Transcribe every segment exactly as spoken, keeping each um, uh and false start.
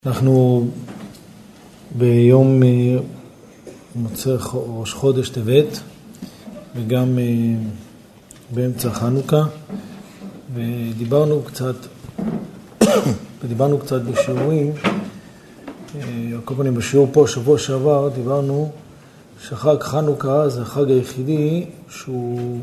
אנחנו ביום מוצא ראש חודש טבת וגם באמצע חנוכה, ודיברנו קצת ודיברנו קצת בשיעורים. כל פנים בשיעור פה שבוע שעבר דיברנו שחג חנוכה זה החג היחידי שהוא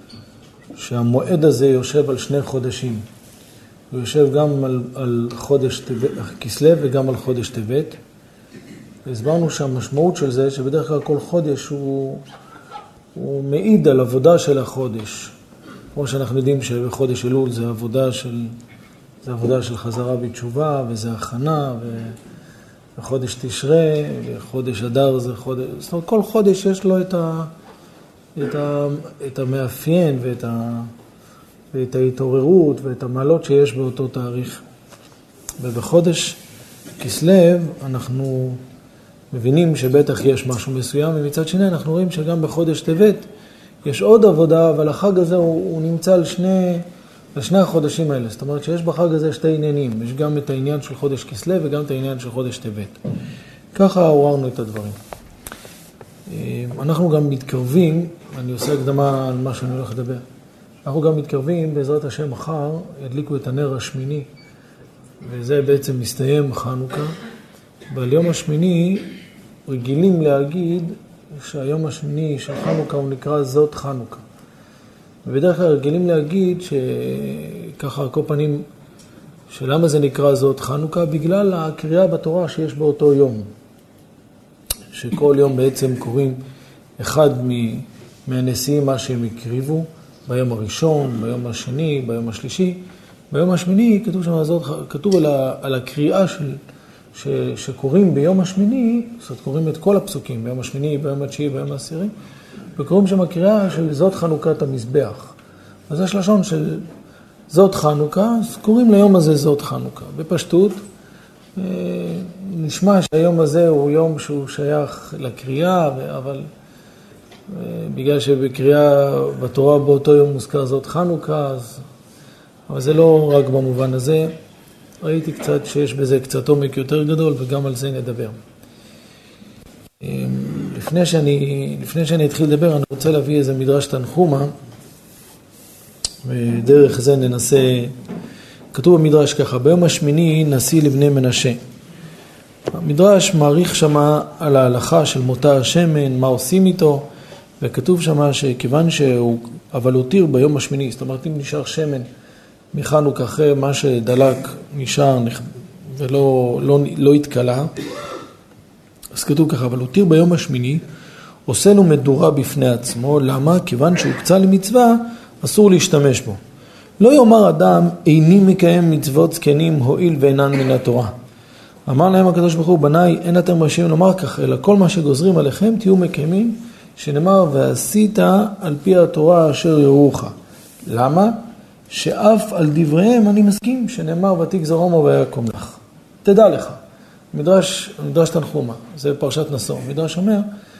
שהמועד הזה יושב על שני חודשים. הוא יושב גם על, על חודש כסלו וגם על חודש טבת. והסברנו שהמשמעות של זה שבדרך כלל כל חודש הוא, הוא מעיד על עבודה של החודש. כמו שאנחנו יודעים שבחודש אלול זה עבודה של, זה עבודה של חזרה בתשובה, וזה הכנה, וחודש תשרה, וחודש אדר זה חודש. זאת אומרת, כל חודש יש לו את, ה, את, ה, את המאפיין ואת ה... ואת ההתעוררות ואת המעלות שיש באותו תאריך. ובחודש כסלו אנחנו מבינים שבטח יש משהו מסוים, ומצד שני אנחנו רואים שגם בחודש טבת יש עוד עבודה, אבל החג הזה הוא, הוא נמצא על שני, על שני החודשים האלה. זאת אומרת שיש בחג הזה שתי עניינים. יש גם את העניין של חודש כסלו וגם את העניין של חודש טבת. ככה עוררנו את הדברים. אנחנו גם מתקרבים, אני עושה הקדמה על מה שאני הולך לדבר. אנחנו גם מתקרבים, בעזרת השם מחר, ידליקו את הנר השמיני, וזה בעצם מסתיים חנוכה. ועל יום השמיני רגילים להגיד שהיום השמיני של חנוכה הוא נקרא זאת חנוכה. ובדרך כלל רגילים להגיד שככה כל פנים, שלמה זה נקרא זאת חנוכה? בגלל הקריאה בתורה שיש באותו יום. שכל יום בעצם קוראים אחד מהנשיאים מה שהם הקריבו, ביום הראשון, ביום השני, ביום השלישי. ביום השמיני כתוב שם הזאת, כתוב על, ה, על הקריאה של, ש, שקוראים ביום השמיני, זאת אומרת קוראים את כל הפסוקים, ביום השמיני, ביום התשיעי, ביום העשירי, וקוראים שם הקריאה של זאת חנוכת המזבח. אז יש לשון של זאת חנוכה, אז קוראים ליום הזה זאת חנוכה. בפשטות, נשמע שהיום הזה הוא יום שהוא שייך לקריאה, אבל בגלל שבקריאה בתורה באותו יום מוזכר זאת חנוכה, אז... אבל זה לא רק במובן הזה. ראיתי קצת שיש בזה קצת עומק יותר גדול, וגם על זה נדבר. לפני שאני, לפני שאני אתחיל לדבר, אני רוצה להביא איזה מדרש תנחומה, ודרך זה ננסה. כתוב במדרש ככה: ביום השמיני נשיא לבני מנשה. המדרש מעריך שמה על ההלכה של מותר שמן, מה עושים איתו, וכתוב שמה שכיוון שהוא, אבל הותיר ביום השמיני, זאת אומרת אם נשאר שמן מחנוכה אחרי מה שדלק נשאר ולא לא, לא התקלה, אז כתוב ככה: אבל הותיר ביום השמיני, עושה לו מדורה בפני עצמו. למה? כיוון שהוא קצה למצווה, אסור להשתמש בו. לא יאמר אדם איני מקיים מצוות זקנים הועיל ואינן מן התורה. אמר להם הקדוש ברוך הוא: בניי, אין אתם רשאים לומר כך, אלא כל מה שגוזרים עליכם תהיו מקיימים, שנאמר ועשית על פי התורה אשר יורוך. למה? שאף על דבריהם אני מסכים, שנאמר ותגזרום ויקום לך. תדע לך. מדרש, מדרש תנחומה, זה פרשת נשוא. מדרש אומר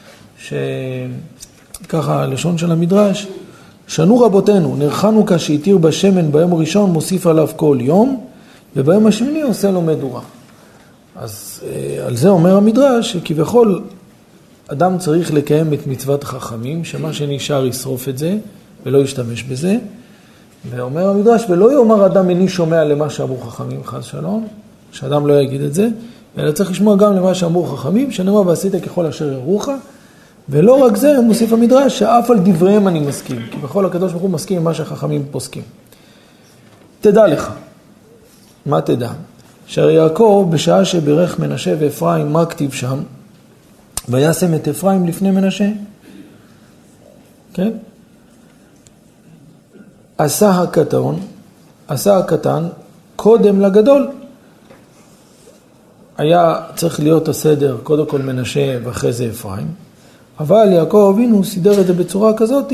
שככה הלשון של המדרש: שנו רבותינו, נר חנוכה שהתיר בשמן ביום הראשון מוסיף עליו כל יום, וביום השמיני עושה לו מדורה. אז על זה אומר המדרש שכביכול אדם צריך לקיים את מצוות חכמים, שמה שנשאר ישרוף את זה ולא ישתמש בזה. ואומר המדרש: ולא יאמר אדם איני שומע למה שאמרו חכמים, חס שלום, שאדם לא יגיד את זה, אלא צריך לשמוע גם למה שאמרו חכמים, שנאמר ועשית ככל אשר יורוך. ולא רק זה, מוסיף המדרש, שאף על דבריהם אני מסכים, כי בכל הקדוש ברוך הוא מסכים עם מה שהחכמים פוסקים. תדע לך. מה תדע? שהרי יעקב בשעה שברך מנשה ואפרים, מה כתיב שם? וישם את אפרים לפני מנשה. כן? עשה הקטן, עשה הקטן קודם לגדול. היה צריך להיות הסדר קודם כל מנשה ואחרי זה אפרים. אבל יעקב אבינו סידר את זה בצורה כזאת,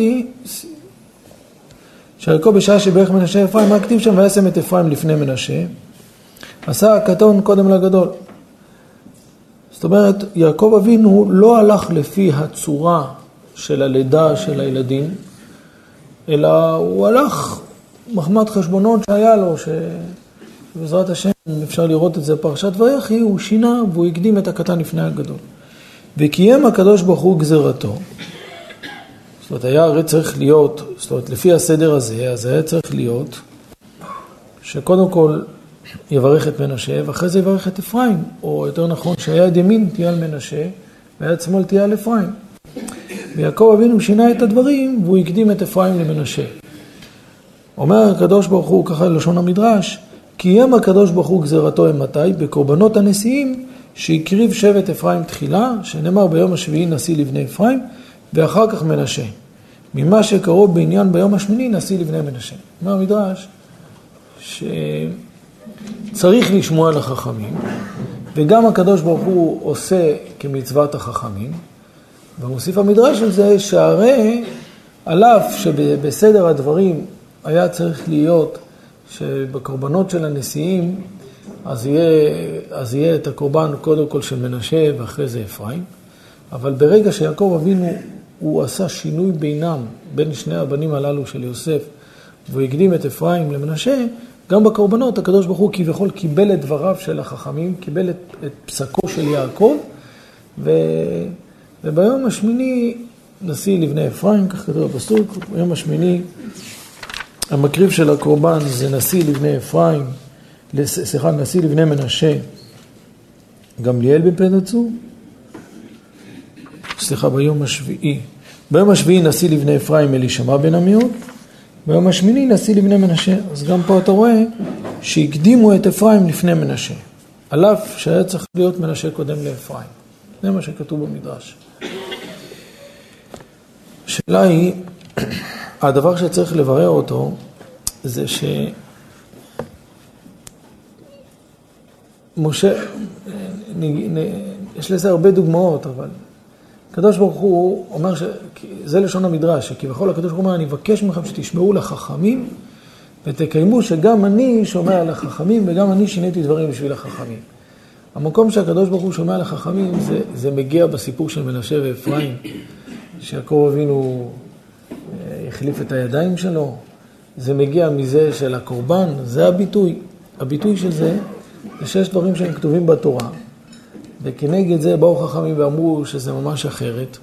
שיעקב בשעה שברך מנשה אפרים, מה כתיב שם? וישם את אפרים לפני מנשה. עשה הקטן קודם לגדול. זאת אומרת, יעקב אבינו לא הלך לפי הצורה של הלידה של הילדים, אלא הוא הלך מחמת חשבונות שהיה לו, ש... בעזרת השם אפשר לראות את זה פרשת ויחי, הוא שינה והוא הקדים את הקטן לפני הגדול. וקיים הקדוש ברוך הוא גזירתו. זאת אומרת, היה הרי צריך להיות, זאת אומרת, לפי הסדר הזה, אז היה צריך להיות, שקודם כל יברך את מנשה, ואחרי זה יברך את אפרים, או יותר נכון, שהיד ימין תהיה על מנשה, והיד שמאל תהיה על אפרים. ויעקב אבינו שינה את הדברים, והוא הקדים את אפרים למנשה. אומר הקדוש ברוך הוא, ככה לשון המדרש, קיים הקדוש ברוך הוא גזירתו אמתי, בקורבנות הנשיאים, שהקריב שבט אפרים תחילה, שנאמר ביום השביעי נשיא לבני אפרים, ואחר כך מנשה. ממה שקרוב בעניין ביום השמיני נשיא לבני מנשה. אומר המדרש, שצריך לשמוע לחכמים, וגם הקדוש ברוך הוא עושה כמצוות החכמים, ומוסיף המדרש על זה שהרי על אף שבסדר הדברים היה צריך להיות שבקורבנות של הנשיאים אז יהיה, אז יהיה את הקורבן קודם כל של מנשה ואחרי זה אפרים, אבל ברגע שיעקב אבינו הוא עשה שינוי בינם, בין שני הבנים הללו של יוסף, והוא הקדים את אפרים למנשה, גם בקורבנות הקדוש ברוך הוא כביכול קיבל את דבריו של החכמים, קיבל את, את פסקו של יעקב, ו, וביום השמיני נשיא לבני אפרים, כך כתוב בפסוק, ביום השמיני המקריב של הקורבן זה נשיא לבני אפרים, סליחה, נשיא לבני מנשה, גמליאל בן פדצור, סליחה, ביום השביעי. ביום השביעי נשיא לבני אפרים אלישמע בן עמיהוד, ביום השמיני נשיא לבני מנשה. אז גם פה אתה רואה שהקדימו את אפרים לפני מנשה, על אף שהיה צריך להיות מנשה קודם לאפרים. זה מה שכתוב במדרש. השאלה היא, הדבר שצריך לברר אותו, זה ש... משה, יש לזה הרבה דוגמאות, אבל הקדוש ברוך הוא אומר שזה לשון המדרש, שכביכול הקדוש ברוך הוא אומר, אני מבקש מכם שתשמעו לחכמים, ותקיימו שגם אני שומע לחכמים, וגם אני שיניתי דברים בשביל החכמים. המקום שהקדוש ברוך הוא שומע לחכמים, זה, זה מגיע בסיפור של מנשה ואפרים, שיעקב אבינו החליף את הידיים שלו, זה מגיע מזה של הקורבן, זה הביטוי. הביטוי של זה, זה שיש דברים שהם כתובים בתורה, וכנגד זה באו חכמים ואמרו שזה ממש אחרת,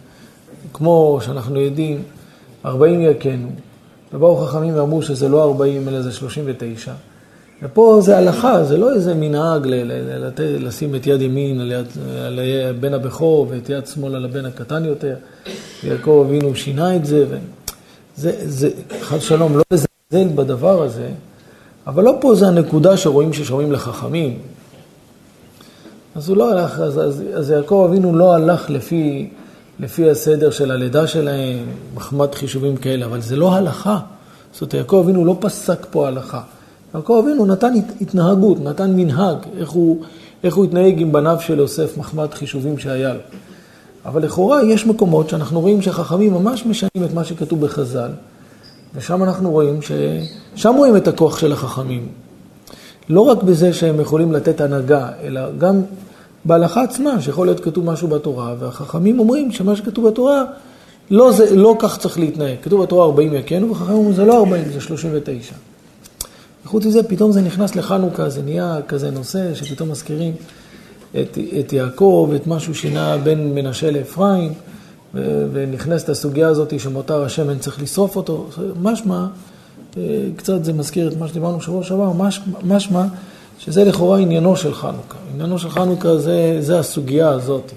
כמו שאנחנו יודעים, ארבעים יקנו, ובאו חכמים ואמרו שזה לא ארבעים אלא זה שלושים ותשע, ופה זה הלכה, זה לא איזה מנהג לשים את יד ימין על, יד, על בן הבכור ואת יד שמאל על הבן הקטן יותר, ויעקב אבינו שינה את זה, וזה, זה, חד שלום, לא לזלזל בדבר הזה, אבל לא פה זה הנקודה שרואים ששומעים לחכמים. אז הוא לא הלך, אז, אז, אז יעקב אבינו לא הלך לפי, לפי הסדר של הלידה שלהם, מחמת חישובים כאלה, אבל זה לא הלכה. זאת אומרת, יעקב אבינו לא פסק פה הלכה. יעקב אבינו נתן התנהגות, נתן מנהג, איך הוא, איך הוא התנהג עם בניו של יוסף, מחמת חישובים שהיה לו. אבל לכאורה יש מקומות שאנחנו רואים שהחכמים ממש משנים את מה שכתוב בחז"ל, ושם אנחנו רואים ש... שם רואים את הכוח של החכמים. לא רק בזה שהם יכולים לתת הנהגה, אלא גם בהלכה עצמה, שיכול להיות כתוב משהו בתורה, והחכמים אומרים שמה שכתוב בתורה, לא, זה, לא כך צריך להתנהג. כתוב בתורה ארבעים יקנו, וחכמים אומרים, זה לא ארבעים, זה שלושים ותשע. וחוץ מזה, פתאום זה נכנס לחנוכה, זה נהיה כזה נושא, שפתאום מזכירים את, את יעקב, את משהו שינה בין מנשה לאפרים, ונכנס את הסוגיה הזאת שמותר השמן צריך לשרוף אותו. משמע, קצת זה מזכיר את מה שדיברנו שבוע שעבר, משמע שזה לכאורה עניינו של חנוכה. עניינו של חנוכה זה, זה הסוגיה הזאת.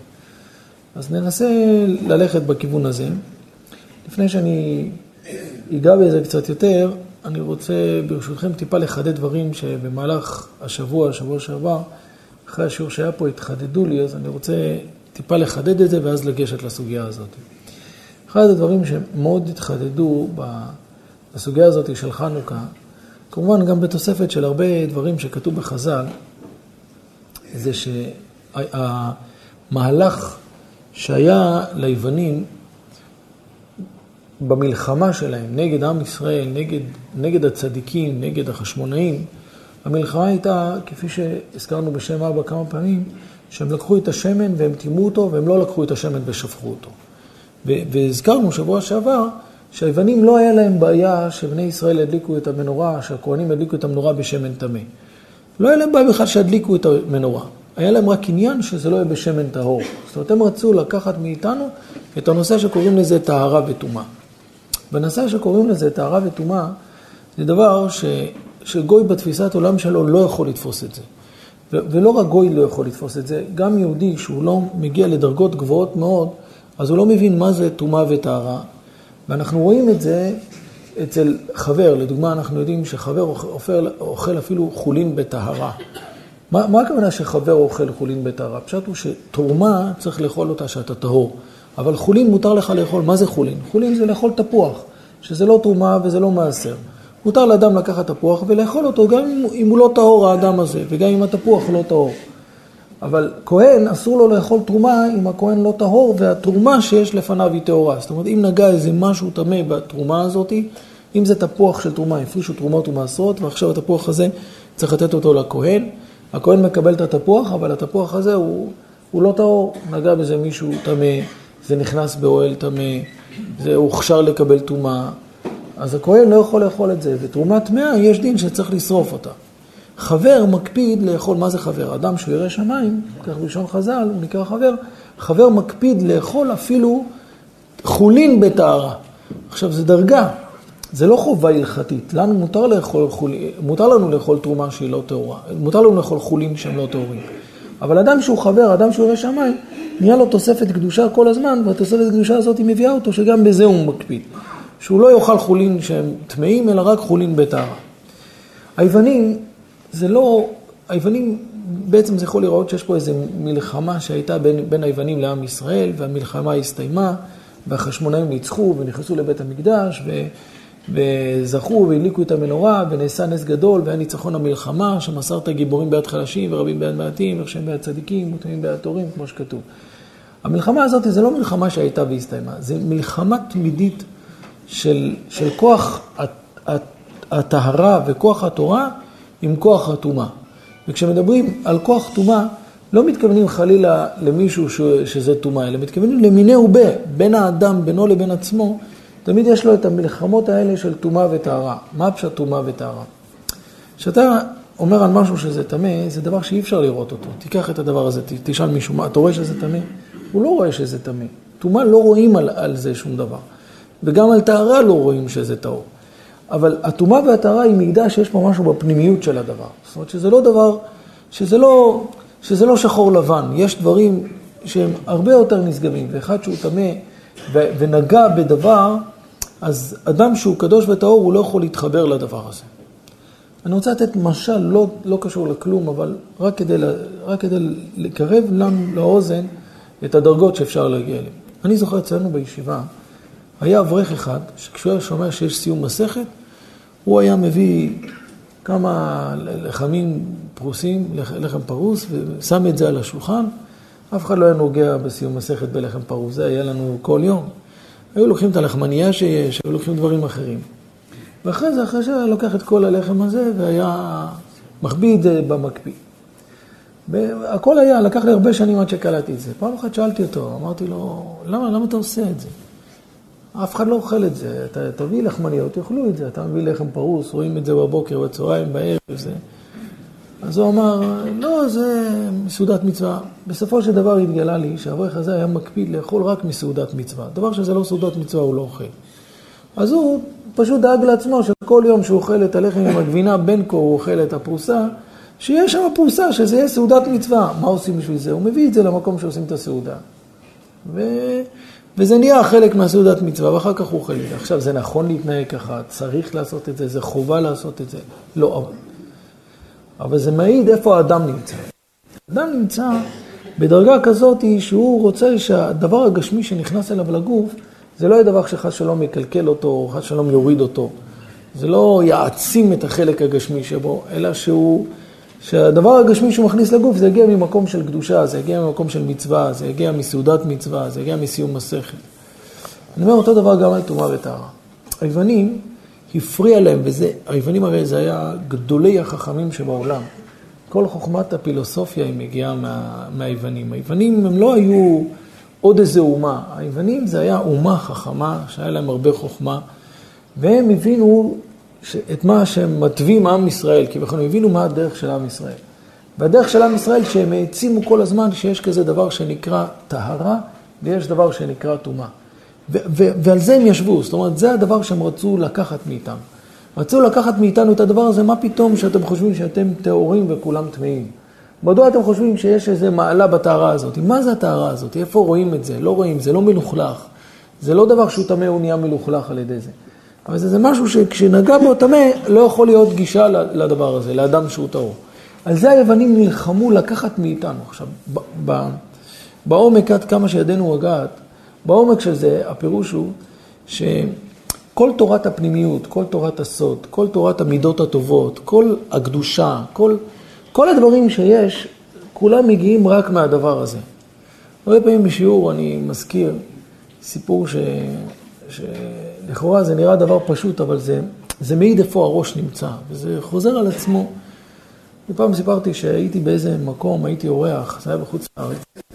אז ננסה ללכת בכיוון הזה. לפני שאני אגע בזה קצת יותר, אני רוצה ברשותכם טיפה לחדד דברים שבמהלך השבוע, השבוע שעבר, אחרי השיעור שהיה פה התחדדו לי, אז אני רוצה טיפה לחדד את זה ואז לגשת לסוגיה הזאת. אחד הדברים שמאוד התחדדו בסוגיה הזאת של חנוכה, כמובן גם בתוספת של הרבה דברים שכתוב בחז"ל, זה שהמהלך שהיה ליוונים במלחמה שלהם נגד עם ישראל, נגד, נגד הצדיקים, נגד החשמונאים, המלחמה הייתה, כפי שהזכרנו בשם אבא כמה פעמים, שהם לקחו את השמן והם תימו אותו, והם לא לקחו את השמן ושפכו אותו. והזכרנו שבוע שעבר, שהיוונים לא היה להם בעיה שבני ישראל הדליקו את המנורה, שהכהנים הדליקו את המנורה בשמן טמא. לא היה להם בעיה בכלל שהדליקו את המנורה. היה להם רק עניין שזה לא יהיה בשמן טהור. זאת אומרת, הם רצו לקחת מאיתנו את הנושא שקוראים לזה טהרה וטומאה. בנושא שקוראים לזה טהרה וטומאה, זה דבר ש, שגוי בתפיסת עולם שלו לא יכול לתפוס את זה. ו, ולא רק גוי לא יכול לתפוס את זה, גם יהודי שהוא לא מגיע לדרגות גבוהות מאוד, אז הוא לא מבין מה זה טומאה וטהרה. ואנחנו רואים את זה אצל חבר. לדוגמה, אנחנו יודעים שחבר אוכל, אוכל אפילו חולין בטהרה. מה, מה הכוונה שחבר אוכל חולין בטהרה? פשוט הוא שתרומה צריך לאכול אותה שאתה טהור. אבל חולין מותר לך לאכול. מה זה חולין? חולין זה לאכול תפוח, שזה לא תרומה וזה לא מעשר. מותר לאדם לקחת תפוח ולאכול אותו גם אם הוא לא טהור האדם הזה, וגם אם התפוח לא טהור. אבל כהן אסור לו לאכול תרומה אם הכהן לא טהור, והתרומה שיש לפניו היא טהורה. זאת אומרת, אם נגע איזה משהו טמא בתרומה הזאת, אם זה תפוח של תרומה, הפרישו תרומות ומעשרות, ועכשיו התפוח הזה צריך לתת אותו לכהן. הכהן מקבל את התפוח, אבל התפוח הזה הוא, הוא לא טהור. נגע בזה מישהו טמא, זה נכנס באוהל טמא, זה הוכשר לקבל תרומה. אז הכהן לא יכול לאכול את זה, ותרומת טמאה יש דין שצריך לשרוף אותה. חבר מקפיד לאכול, מה זה חבר? אדם שהוא ירא שמיים, כך בלשון חז"ל, הוא נקרא חבר, חבר מקפיד לאכול אפילו חולין בטהרה. עכשיו זה דרגה, זה לא חובה הלכתית. לנו מותר לאכול חולין, מותר לנו לאכול תרומה שהיא לא טהורה, מותר לנו לאכול חולין שהם לא טהורים. אבל אדם שהוא חבר, אדם שהוא ירא שמיים, נהיה לו תוספת קדושה כל הזמן, והתוספת קדושה הזאת היא מביאה אותו שגם בזה הוא מקפיד. שהוא לא יאכל חולין שהם טמאים, אלא רק חולין בטהרה. היוונים, זה לא, היוונים, בעצם זה יכול לראות שיש פה איזו מלחמה שהייתה בין, בין היוונים לעם ישראל, והמלחמה הסתיימה, והחשמונאים ניצחו ונכנסו לבית המקדש, ו, וזכו והדליקו את המנורה, ונעשה נס גדול, והיה ניצחון המלחמה, שמסרת גיבורים ביד חלשים, ורבים ביד מעטים, ורשעים ביד צדיקים, ותמימים ביד תורים, כמו שכתוב. המלחמה הזאת זה לא מלחמה שהייתה והסתיימה, זה מלחמה תמידית של, של כוח הטהרה וכוח התורה, עם כוח הטומאה. וכשמדברים על כוח טומאה, לא מתכוונים חלילה למישהו ש... שזה טומאה, אלא מתכוונים למיני ובה, בין האדם, בינו לבין עצמו, תמיד יש לו את המלחמות האלה של טומאה וטהרה. מה פשוט טומאה וטהרה? כשאתה אומר על משהו שזה טמא, זה דבר שאי אפשר לראות אותו. תיקח את הדבר הזה, תשאל מישהו, מה, אתה רואה שזה טמא? הוא לא רואה שזה טמא. טומאה לא רואים על, על זה שום דבר. וגם על טהרה לא רואים שזה טהור. אבל הטומאה והטהרה היא מידע שיש פה משהו בפנימיות של הדבר. זאת אומרת שזה לא דבר, שזה לא, שזה לא שחור לבן. יש דברים שהם הרבה יותר נשגבים. ואחד שהוא טמא ו- ונגע בדבר, אז אדם שהוא קדוש וטהור הוא לא יכול להתחבר לדבר הזה. אני רוצה לתת משל לא, לא קשור לכלום, אבל רק כדי, רק כדי לקרב לנו לאוזן את הדרגות שאפשר להגיע אליהם. אני זוכר אצלנו בישיבה, היה אברך אחד, שכשהוא היה שומע שיש סיום מסכת, הוא היה מביא כמה לחמים פרוסים, לחם פרוס, ושם את זה על השולחן. אף אחד לא היה נוגע בסיום מסכת בלחם פרוס, זה היה לנו כל יום. היו לוקחים את הלחמנייה שיש, היו לוקחים דברים אחרים. ואחרי זה, אחרי שהיה לוקח את כל הלחם הזה, והיה מחביא במקפיא. הכל היה, לקח לי הרבה שנים עד שקלטתי את זה. פעם אחת שאלתי אותו, אמרתי לו, למה, למה אתה עושה את זה? אף אחד לא אוכל את זה, אתה תביא לחמניות, תאכלו את זה, אתה מביא לחם פרוס, רואים את זה בבוקר, בצהריים, בערב, זה. אז הוא אמר, לא, זה מסעודת מצווה. בסופו של דבר התגלה לי שהאברך הזה היה מקפיד לאכול רק מסעודת מצווה. דבר שזה לא סעודת מצווה, הוא לא אוכל. אז הוא פשוט דאג לעצמו שכל יום שהוא אוכל את הלחם עם הגבינה, בין כה הוא אוכל את הפרוסה, שיש שם פרוסה, שזה יהיה סעודת מצווה. מה עושים בשביל זה? הוא מביא את זה למקום שעושים את הסעודה. ו... וזה נהיה חלק מהסעודת מצווה, ואחר כך הוא אוכל את זה. עכשיו, זה נכון להתנהג ככה, צריך לעשות את זה, זה חובה לעשות את זה. לא, אבל... אבל זה מעיד איפה האדם נמצא. האדם נמצא בדרגה כזאת שהוא רוצה שהדבר הגשמי שנכנס אליו לגוף, זה לא יהיה דבר שחס שלום יקלקל אותו, או חס שלום יוריד אותו. זה לא יעצים את החלק הגשמי שבו, אלא שהוא, שהדבר הגשמי שהוא מכניס לגוף, זה יגיע ממקום של קדושה, זה יגיע ממקום של מצווה, זה יגיע מסעודת מצווה, זה יגיע מסיום מסכת. אני אומר אותו דבר גם על טומאה וטהרה. היוונים הפריע להם, וזה, היוונים הרי זה היה גדולי החכמים שבעולם. כל חוכמת הפילוסופיה היא מגיעה מה, מהיוונים. היוונים הם לא היו עוד איזה אומה. היוונים זה היה אומה חכמה, שהיה להם הרבה חוכמה, והם הבינו את מה שמטבים עם ישראל, כי אנחנו הבינו מה הדרך של עם ישראל. והדרך של עם ישראל שהם העצימו כל הזמן שיש כזה דבר שנקרא טהרה, ויש דבר שנקרא טומאה. ו- ו- ועל זה הם ישבו, זאת אומרת, זה הדבר שהם רצו לקחת מאיתנו. רצו לקחת מאיתנו את הדבר הזה, מה פתאום שאתם חושבים שאתם טהורים וכולם טמאים? מדוע אתם חושבים שיש איזה מעלה בטהרה הזאת? מה זה הטהרה הזאת? איפה רואים את זה? לא רואים, זה לא מלוכלך. זה לא דבר שהוא טמא, הוא נהיה מלוכלך על ידי זה. אבל זה, זה משהו שכשנגע בו טמא, לא יכול להיות גישה לדבר הזה, לאדם שהוא טהור. על זה היוונים נלחמו לקחת מאיתנו. עכשיו, ב- ב- בעומק עד כמה שידינו הגעת, בעומק של זה, הפירוש הוא שכל תורת הפנימיות, כל תורת הסוד, כל תורת המידות הטובות, כל הקדושה, כל, כל הדברים שיש, כולם מגיעים רק מהדבר הזה. הרבה פעמים בשיעור אני מזכיר סיפור ש... שלכאורה זה נראה דבר פשוט, אבל זה, זה מעיד איפה הראש נמצא, וזה חוזר על עצמו. פעם סיפרתי שהייתי באיזה מקום, הייתי אורח, זה היה בחוץ לארץ,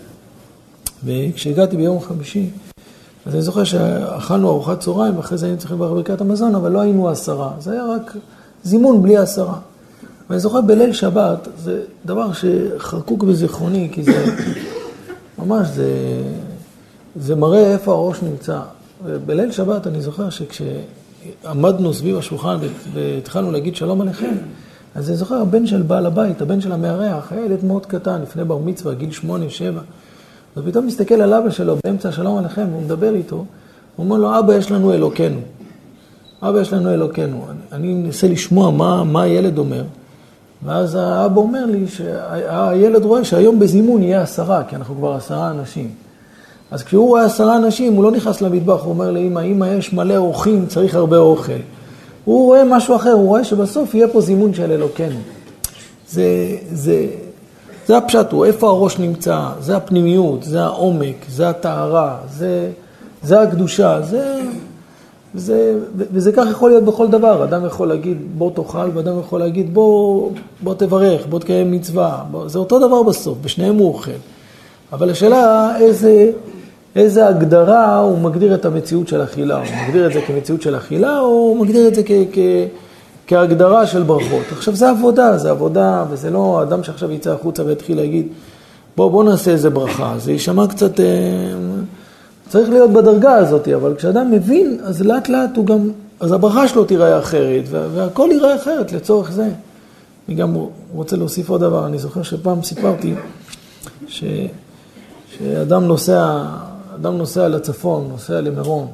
וכשהגעתי ביום חמישי, אז אני זוכר שאכלנו ארוחת צהריים, ואחרי זה היינו צריכים ברכת המזון, אבל לא היינו עשרה, זה היה רק זימון בלי עשרה. ואני זוכר בליל שבת, זה דבר שחרקוק בזיכרוני, כי זה ממש, זה, זה מראה איפה הראש נמצא. ובליל שבת אני זוכר שכשעמדנו סביב השולחן והתחלנו להגיד שלום עליכם, אז אני זוכר הבן של בעל הבית, הבן של המארח, היה ילד מאוד קטן, לפני בר מצווה, גיל שמונה, שבע. אז פתאום מסתכל על אבא שלו באמצע שלום עליכם, והוא מדבר איתו, הוא אומר לו, אבא יש לנו אלוקינו. אבא יש לנו אלוקינו. אני מנסה לשמוע מה, מה הילד אומר. ואז האבא אומר לי שהילד רואה שהיום בזימון יהיה עשרה, כי אנחנו כבר עשרה אנשים. אז כשהוא רואה עשרה אנשים, הוא לא נכנס למטבח, הוא אומר לאמא, אמא יש מלא אורחים, צריך הרבה אוכל. הוא רואה משהו אחר, הוא רואה שבסוף יהיה פה זימון של אלוקינו. זה, זה, זה הפשט, הוא איפה הראש נמצא, זה הפנימיות, זה העומק, זה הטהרה, זה, זה הקדושה, זה, זה, וזה כך יכול להיות בכל דבר. אדם יכול להגיד בוא תאכל, ואדם יכול להגיד בוא, בוא תברך, בוא תקיים מצווה. בוא, זה אותו דבר בסוף, בשניהם הוא אוכל. אבל השאלה איזה, איזה הגדרה הוא מגדיר את המציאות של אכילה, הוא מגדיר את זה כמציאות של אכילה, או הוא מגדיר את זה כ, כ, כהגדרה של ברכות. עכשיו זה עבודה, זה עבודה, וזה לא אדם שעכשיו יצא החוצה והתחיל להגיד, בוא, בוא נעשה איזה ברכה, זה יישמע קצת, צריך להיות בדרגה הזאת, אבל כשאדם מבין, אז לאט לאט הוא גם, אז הברכה שלו תיראה אחרת, והכל ייראה אחרת לצורך זה. אני גם רוצה להוסיף עוד דבר, אני זוכר שפעם סיפרתי, ש... שאדם נוסע, אדם נוסע לצפון, נוסע למירון,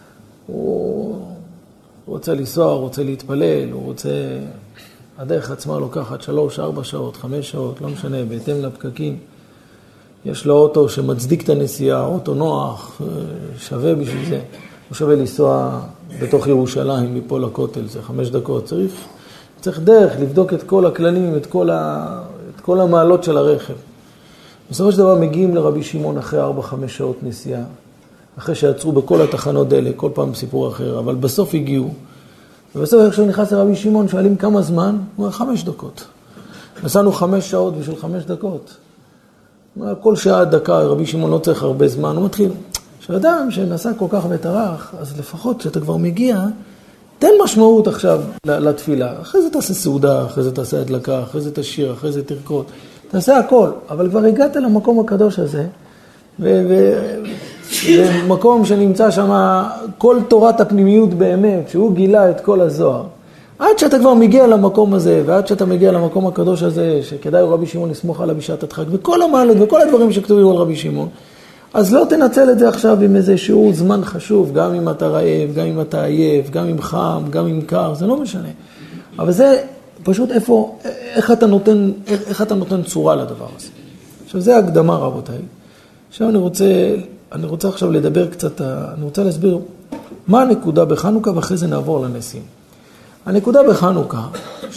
הוא רוצה לנסוע, רוצה להתפלל, הוא רוצה, הדרך עצמה לוקחת שלוש, ארבע שעות, חמש שעות, לא משנה, בהתאם לפקקים. יש לו אוטו שמצדיק את הנסיעה, אוטו נוח, שווה בשביל זה. הוא שווה לנסוע בתוך ירושלים, מפה לכותל, זה חמש דקות. צריך, צריך דרך לבדוק את כל הכללים, את כל, ה, את כל המעלות של הרכב. בסופו של דבר מגיעים לרבי שמעון אחרי ארבע חמש שעות נסיעה, אחרי שעצרו בכל התחנות דלק, כל פעם סיפור אחר, אבל בסוף הגיעו. ובסוף כשהוא נכנס לרבי שמעון, שואלים כמה זמן? הוא אומר חמש דקות. נסענו חמש שעות בשביל חמש דקות. כל שעה דקה, רבי שמעון לא צריך הרבה זמן, הוא מתחיל. שאדם שנסע כל כך וטרח, אז לפחות שאתה כבר מגיע, תן משמעות עכשיו לתפילה. אחרי זה תעשה סעודה, אחרי זה תעשה הדלקה, אחרי זה תשיר, אחרי זה תרקוד. תעשה הכל, אבל כבר הגעת למקום הקדוש הזה, ומקום שנמצא שם כל תורת הפנימיות באמת, שהוא גילה את כל הזוהר. עד שאתה כבר מגיע למקום הזה, ועד שאתה מגיע למקום הקדוש הזה, שכדאי רבי שמעון לסמוך עליו בשעת הדחק, וכל המעלות וכל הדברים שכתובים על רבי שמעון, אז לא תנצל את זה עכשיו עם איזה שהוא זמן חשוב, גם אם אתה רעב, גם אם אתה עייף, גם אם חם, גם אם קר, זה לא משנה. אבל זה פשוט איפה, איך אתה נותן, איך, איך אתה נותן צורה לדבר הזה. עכשיו זה הקדמה רבותיי. עכשיו אני רוצה, אני רוצה עכשיו לדבר קצת, אני רוצה להסביר מה הנקודה בחנוכה, ואחרי זה נעבור לנסים. הנקודה בחנוכה, ש...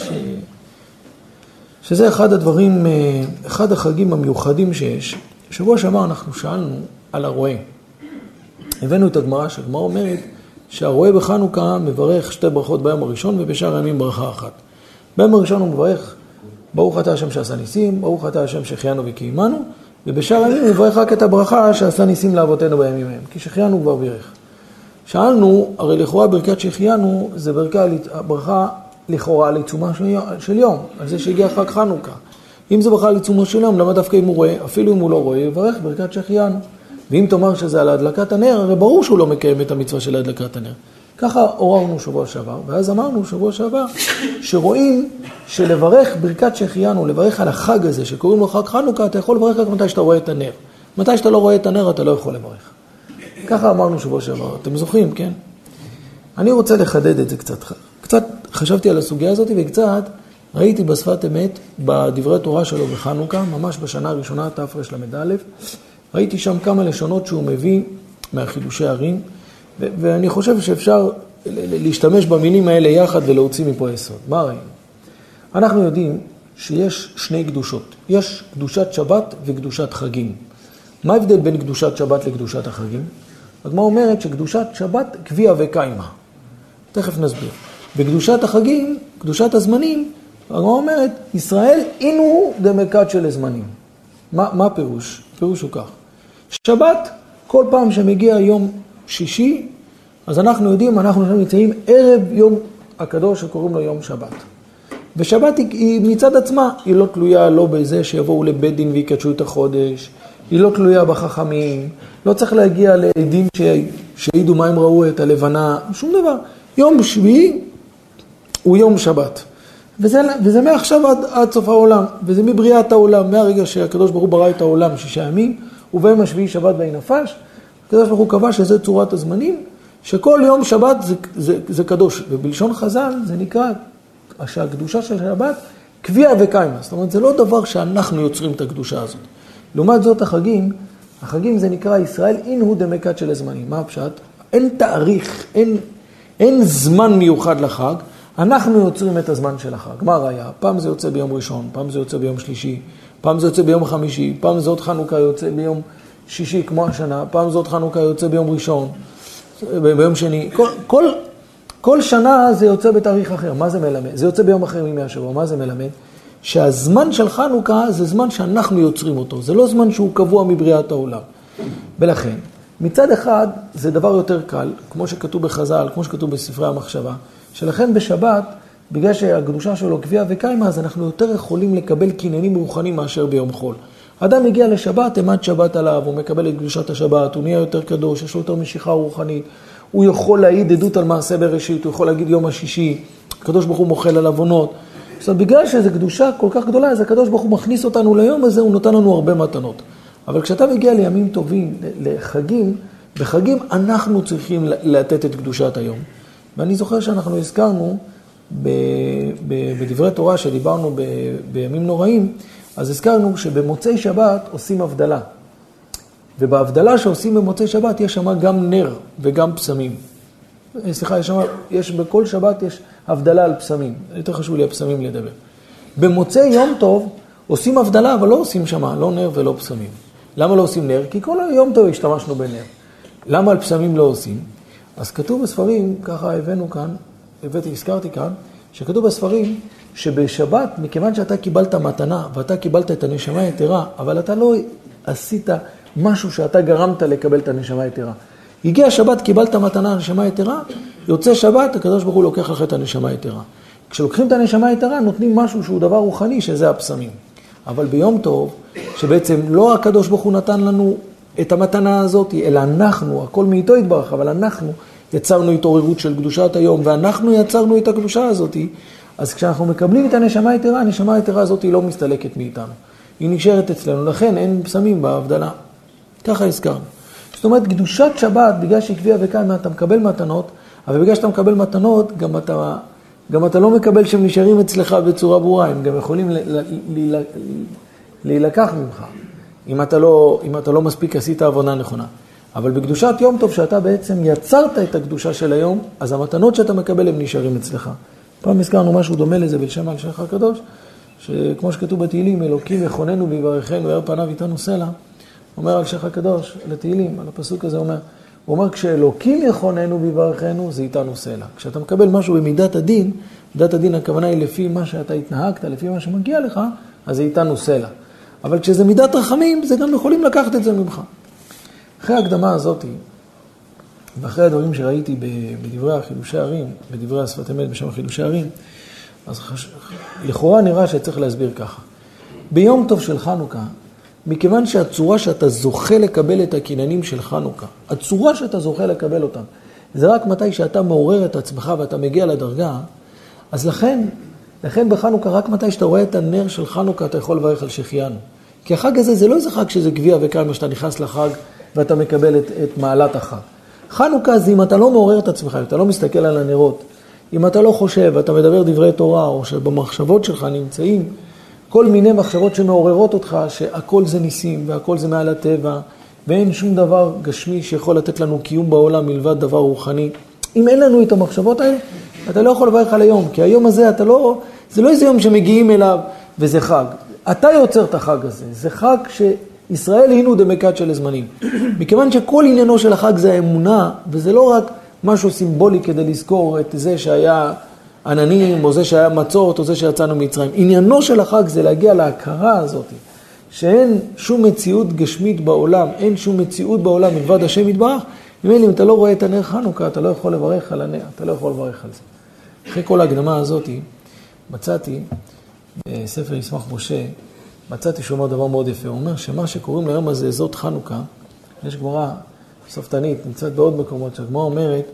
שזה אחד הדברים, אחד החגים המיוחדים שיש. שבוע שעבר אנחנו שאלנו על הרועה. הבאנו את הגמרא, שהגמרא אומרת שהרועה בחנוכה מברך שתי ברכות ביום הראשון, ובשאר הימים ברכה אחת. ביום הראשון הוא מברך, ברוך אתה השם שעשה ניסים, ברוך אתה השם שהחיינו וקיימנו, ובשאר הימים הוא מברך רק את הברכה שעשה ניסים לאבותינו בימים ההם, כי שהחיינו כבר בירך. שאלנו, הרי לכאורה ברכת שהחיינו זה ברכה, ברכה לכאורה לעיצומה של יום, על זה שהגיע חג חנוכה. אם זה ברכה לעיצומו של יום, למה דווקא אם הוא רואה, אפילו אם הוא לא רואה, יברך ברכת שהחיינו. ואם תאמר שזה על הדלקת הנר, הרי ברור שהוא לא מקיים את המצווה של הדלקת הנר. ככה עוררנו שבוע שעבר, ואז אמרנו שבוע שעבר, שרואים שלברך ברכת שהחיינו, לברך על החג הזה שקוראים לו חג חנוכה, אתה יכול לברך רק מתי שאתה רואה את הנר. מתי שאתה לא רואה את הנר, אתה לא יכול לברך. ככה אמרנו שבוע שעבר. אתם זוכרים, כן? אני רוצה לחדד את זה קצת. קצת חשבתי על הסוגיה הזאת, וקצת ראיתי בשפת אמת, בדברי תורה שלו בחנוכה, ממש בשנה הראשונה, תפרש למד א', ראיתי שם כמה לשונות שהוא מביא מהחידושי ערים, ו- ואני חושב שאפשר להשתמש במילים האלה יחד ולהוציא מפה יסוד. מה ראינו? אנחנו יודעים שיש שני קדושות. יש קדושת שבת וקדושת חגים. מה ההבדל בין קדושת שבת לקדושת החגים? הגמרא אומרת שקדושת שבת קביעה וקיימה. תכף נסביר. בקדושת החגים, קדושת הזמנים, הגמרא אומרת, ישראל אינו דמקת של הזמנים. מה, מה פירוש? פירוש הוא כך. שבת, כל פעם שמגיע יום שישי, אז אנחנו יודעים, אנחנו נמצאים ערב יום הקדוש שקוראים לו יום שבת. ושבת היא, היא מצד עצמה, היא לא תלויה לא בזה שיבואו לבית דין ויקדשו את החודש, היא לא תלויה בחכמים, לא צריך להגיע לעדים שהעידו מה הם ראו את הלבנה, שום דבר. יום שביעי הוא יום שבת. וזה, וזה מעכשיו עד, עד סוף העולם, וזה מבריאת העולם, מהרגע שהקדוש ברוך הוא ברא את העולם שישה ימים, וביום השביעי שבת ויהי נפש, הקדוש ברוך הוא קבע שזה צורת הזמנים, שכל יום שבת זה, זה, זה קדוש, ובלשון חז"ל זה נקרא, שהקדושה של שבת קביעה וקיימה, זאת אומרת זה לא דבר שאנחנו יוצרים את הקדושה הזאת. לעומת זאת החגים, החגים זה נקרא ישראל אין הוא דמקת של הזמנים. מה הפשט? אין תאריך, אין, אין זמן מיוחד לחג, אנחנו יוצרים את הזמן של החג. מה ראיה? פעם זה יוצא ביום ראשון, פעם זה יוצא ביום שלישי, פעם זה יוצא ביום חמישי, פעם זאת חנוכה יוצא ביום שישי כמו השנה, פעם זאת חנוכה יוצא ביום ראשון, ביום שני. כל, כל, כל שנה זה יוצא בתאריך אחר. מה זה מלמד? זה יוצא ביום אחר מימי השבוע. מה זה מלמד? שהזמן של חנוכה זה זמן שאנחנו יוצרים אותו. זה לא זמן שהוא קבוע מבריאת העולם. ולכן, מצד אחד זה דבר יותר קל, כמו שכתוב בחז"ל, כמו שכתוב בספרי המחשבה, שלכן בשבת, בגלל שהקדושה שלו קביעה וקיימה, אז אנחנו יותר יכולים לקבל קניינים רוחניים מאשר ביום חול. אדם מגיע לשבת, עמד שבת עליו, הוא מקבל את קדושת השבת, הוא נהיה יותר קדוש, יש לו יותר משיכה רוחנית, הוא יכול להעיד עדות על מעשה בראשית, הוא יכול להגיד יום השישי, הקדוש ברוך הוא מוחל על עוונות. זאת אומרת, בגלל שזו קדושה כל כך גדולה, אז הקדוש ברוך הוא מכניס אותנו ליום הזה, הוא נותן לנו הרבה מתנות. אבל כשאתה מגיע לימים טובים, לחגים, בחגים אנחנו צריכים לתת את קדושת היום. ואני זוכר שאנחנו הזכרנו בדברי תורה שדיברנו ב, בימים נוראים, אז הזכרנו שבמוצאי שבת עושים הבדלה. ובהבדלה שעושים במוצאי שבת יש שם גם נר וגם פסמים. סליחה, יש שם, יש בכל שבת יש הבדלה על פסמים. יותר חשוב לי הפסמים לדבר. במוצאי יום טוב עושים הבדלה, אבל לא עושים שם, לא נר ולא פסמים. למה לא עושים נר? כי כל היום טוב השתמשנו בנר. למה על פסמים לא עושים? אז כתוב בספרים, ככה הבאנו כאן, הבאתי, הזכרתי כאן, שכתוב בספרים שבשבת, מכיוון שאתה קיבלת מתנה, ואתה קיבלת את הנשמה היתרה, אבל אתה לא עשית משהו שאתה גרמת לקבל את הנשמה היתרה. הגיע שבת, קיבלת מתנה, הנשמה היתרה, יוצא שבת, הקדוש ברוך הוא לוקח לך את הנשמה היתרה. כשלוקחים את הנשמה היתרה, נותנים משהו שהוא דבר רוחני, שזה הפסמים. אבל ביום טוב, שבעצם לא הקדוש ברוך הוא נתן לנו את המתנה הזאת, אלא אנחנו, הכל מאיתו יתברך, אבל אנחנו יצרנו התעוררות של קדושת היום, ואנחנו יצרנו את הקדושה הזאת, אז כשאנחנו מקבלים את הנשמה היתרה, הנשמה היתרה הזאת היא לא מסתלקת מאיתנו. היא נשארת אצלנו, לכן אין פסמים בהבדלה. ככה הזכרנו. זאת אומרת, קדושת שבת, בגלל שהקביעה וקיימה, אתה מקבל מתנות, אבל בגלל שאתה מקבל מתנות, גם אתה, גם אתה לא מקבל שהם נשארים אצלך בצורה ברורה, הם גם יכולים להילקח ממך, אם אתה לא, אם אתה לא מספיק עשית עבודה נכונה. אבל בקדושת יום טוב, שאתה בעצם יצרת את הקדושה של היום, אז המתנות שאתה מקבל הם נשארים אצלך. פעם הזכרנו משהו דומה לזה בלשם על שמך הקדוש, שכמו שכתוב בתהילים, אלוקים יכוננו ויברכנו, ויאר פניו איתנו סלע, אומר על שמך הקדוש, לתהילים, על הפסוק הזה אומר, הוא אומר, כשאלוקים יכוננו ויברכנו, זה איתנו סלע. כשאתה מקבל משהו במידת הדין, מידת הדין הכוונה היא לפי מה שאתה התנהגת, לפי מה שמגיע לך, אז זה איתנו סלע. אבל כשזה מידת רחמים, זה גם יכולים לקחת את זה ממך. אחרי ההקדמה הזאת, ואחרי הדברים שראיתי בדברי החילושי הערים, בדברי השפת אמת בשם החילושי הערים, אז חש... לכאורה נראה שצריך להסביר ככה. ביום טוב של חנוכה, מכיוון שהצורה שאתה זוכה לקבל את הקניינים של חנוכה, הצורה שאתה זוכה לקבל אותם, זה רק מתי שאתה מעורר את עצמך ואתה מגיע לדרגה, אז לכן, לכן בחנוכה, רק מתי שאתה רואה את הנר של חנוכה, אתה יכול לברך על שהחיינו. כי החג הזה זה לא איזה חג שזה גביע וקלמה, שאתה נכנס לחג ואתה מקבל את, את מעלת החג. חנוכה זה אם אתה לא מעורר את עצמך, אם אתה לא מסתכל על הנרות, אם אתה לא חושב ואתה מדבר דברי תורה, או שבמחשבות שלך נמצאים כל מיני מחשבות שמעוררות אותך, שהכל זה ניסים והכל זה מעל הטבע, ואין שום דבר גשמי שיכול לתת לנו קיום בעולם מלבד דבר רוחני. אם אין לנו את המחשבות האלה, אתה לא יכול לברך על היום, כי היום הזה אתה לא, זה לא איזה יום שמגיעים אליו וזה חג. אתה יוצר את החג הזה, זה חג שישראל הינו דמקת של הזמנים. מכיוון שכל עניינו של החג זה האמונה, וזה לא רק משהו סימבולי כדי לזכור את זה שהיה עננים, או זה שהיה מצות, או זה שיצאנו מצרים. עניינו של החג זה להגיע להכרה הזאת, שאין שום מציאות גשמית בעולם, אין שום מציאות בעולם מלבד השם יתברך. אם אתה לא רואה את הנר חנוכה, אתה לא יכול לברך על הנר, אתה לא יכול לברך על זה. אחרי כל ההקדמה הזאת, מצאתי, בספר ישמח משה, מצאתי שאומר דבר מאוד יפה. הוא אומר שמה שקוראים ליום הזה, זאת חנוכה, יש גמרא סופתנית, נמצאת בעוד מקומות, שהגמרא אומרת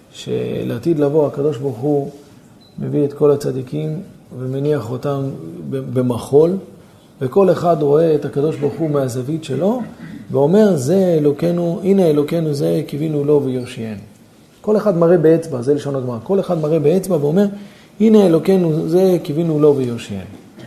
שלעתיד לבוא הקדוש ברוך הוא מביא את כל הצדיקים ומניח אותם במחול, וכל אחד רואה את הקדוש ברוך הוא מהזווית שלו, ואומר, זה אלוקנו, הנה אלוקנו, זה קיווינו לו ויושיענו. כל אחד מראה באצבע, זה לשון הגמרא, כל אחד מראה באצבע ואומר, הנה אלוקנו, זה קיווינו לו ויושיענו.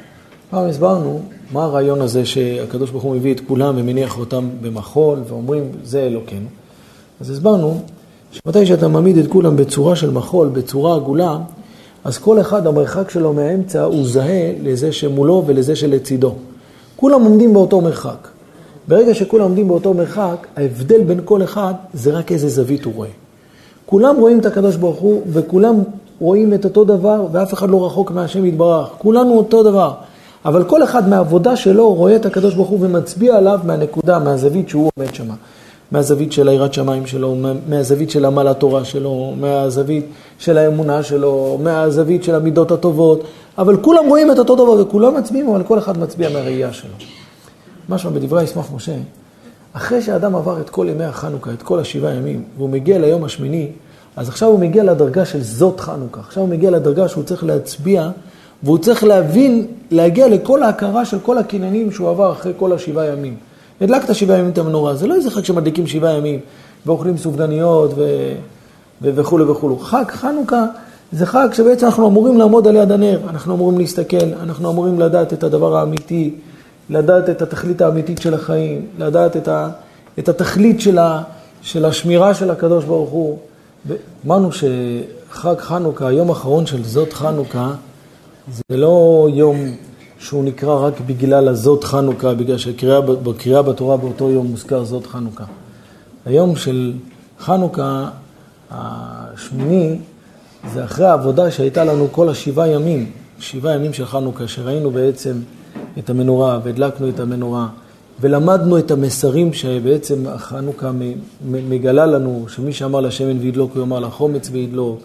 פעם הסברנו מה הרעיון הזה שהקדוש ברוך הוא מביא את כולם ומניח אותם במחול, ואומרים, זה אלוקנו. אז הסברנו שמתי שאתה מעמיד את כולם בצורה של מחול, בצורה עגולה, אז כל אחד, המרחק שלו מהאמצע, הוא זהה לזה שמולו ולזה שלצידו. כולם עומדים באותו מרחק. ברגע שכולם עומדים באותו מרחק, ההבדל בין כל אחד זה רק איזה זווית הוא רואה. כולם רואים את הקדוש ברוך הוא, וכולם רואים את אותו דבר, ואף אחד לא רחוק מהשם יתברך. כולנו אותו דבר. אבל כל אחד מהעבודה שלו רואה את הקדוש ברוך הוא ומצביע עליו מהנקודה, מהזווית שהוא עומד שמה. מהזווית של היראת שמיים שלו, מהזווית של עמל התורה שלו, מהזווית של האמונה שלו, מהזווית של המידות הטובות, אבל כולם רואים את אותו דבר וכולם מצביעים, אבל כל אחד מצביע מהראייה שלו. משמע בדברי ישמח משה, אחרי שהאדם עבר את כל ימי החנוכה, את כל השבעה ימים, והוא מגיע ליום השמיני, אז עכשיו הוא מגיע לדרגה של זאת חנוכה. עכשיו הוא מגיע לדרגה שהוא צריך להצביע, והוא צריך להבין, להגיע לכל ההכרה של כל הקניינים שהוא עבר אחרי כל השבעה ימים. הדלקת שבעה ימים את המנורה, זה לא איזה חג שמדליקים שבעה ימים, ואוכלים סופגניות ו... ו... וכו' וכו'. חג חנוכה זה חג שבעצם אנחנו אמורים לעמוד על יד הנר, אנחנו אמורים להסתכל, אנחנו אמורים לדעת את הדבר האמיתי, לדעת את התכלית האמיתית של החיים, לדעת את, ה... את התכלית של, ה... של השמירה של הקדוש ברוך הוא. אמרנו שחג חנוכה, היום האחרון של זאת חנוכה, זה לא יום שהוא נקרא רק בגלל הזאת חנוכה, בגלל שבקריאה בתורה באותו יום מוזכר זאת חנוכה. היום של חנוכה השמיני, זה אחרי העבודה שהייתה לנו כל השבעה ימים, שבעה ימים של חנוכה, שראינו בעצם את המנורה והדלקנו את המנורה, ולמדנו את המסרים שבעצם החנוכה מגלה לנו, שמי שאמר לשמן וידלוק, הוא אמר לחומץ וידלוק.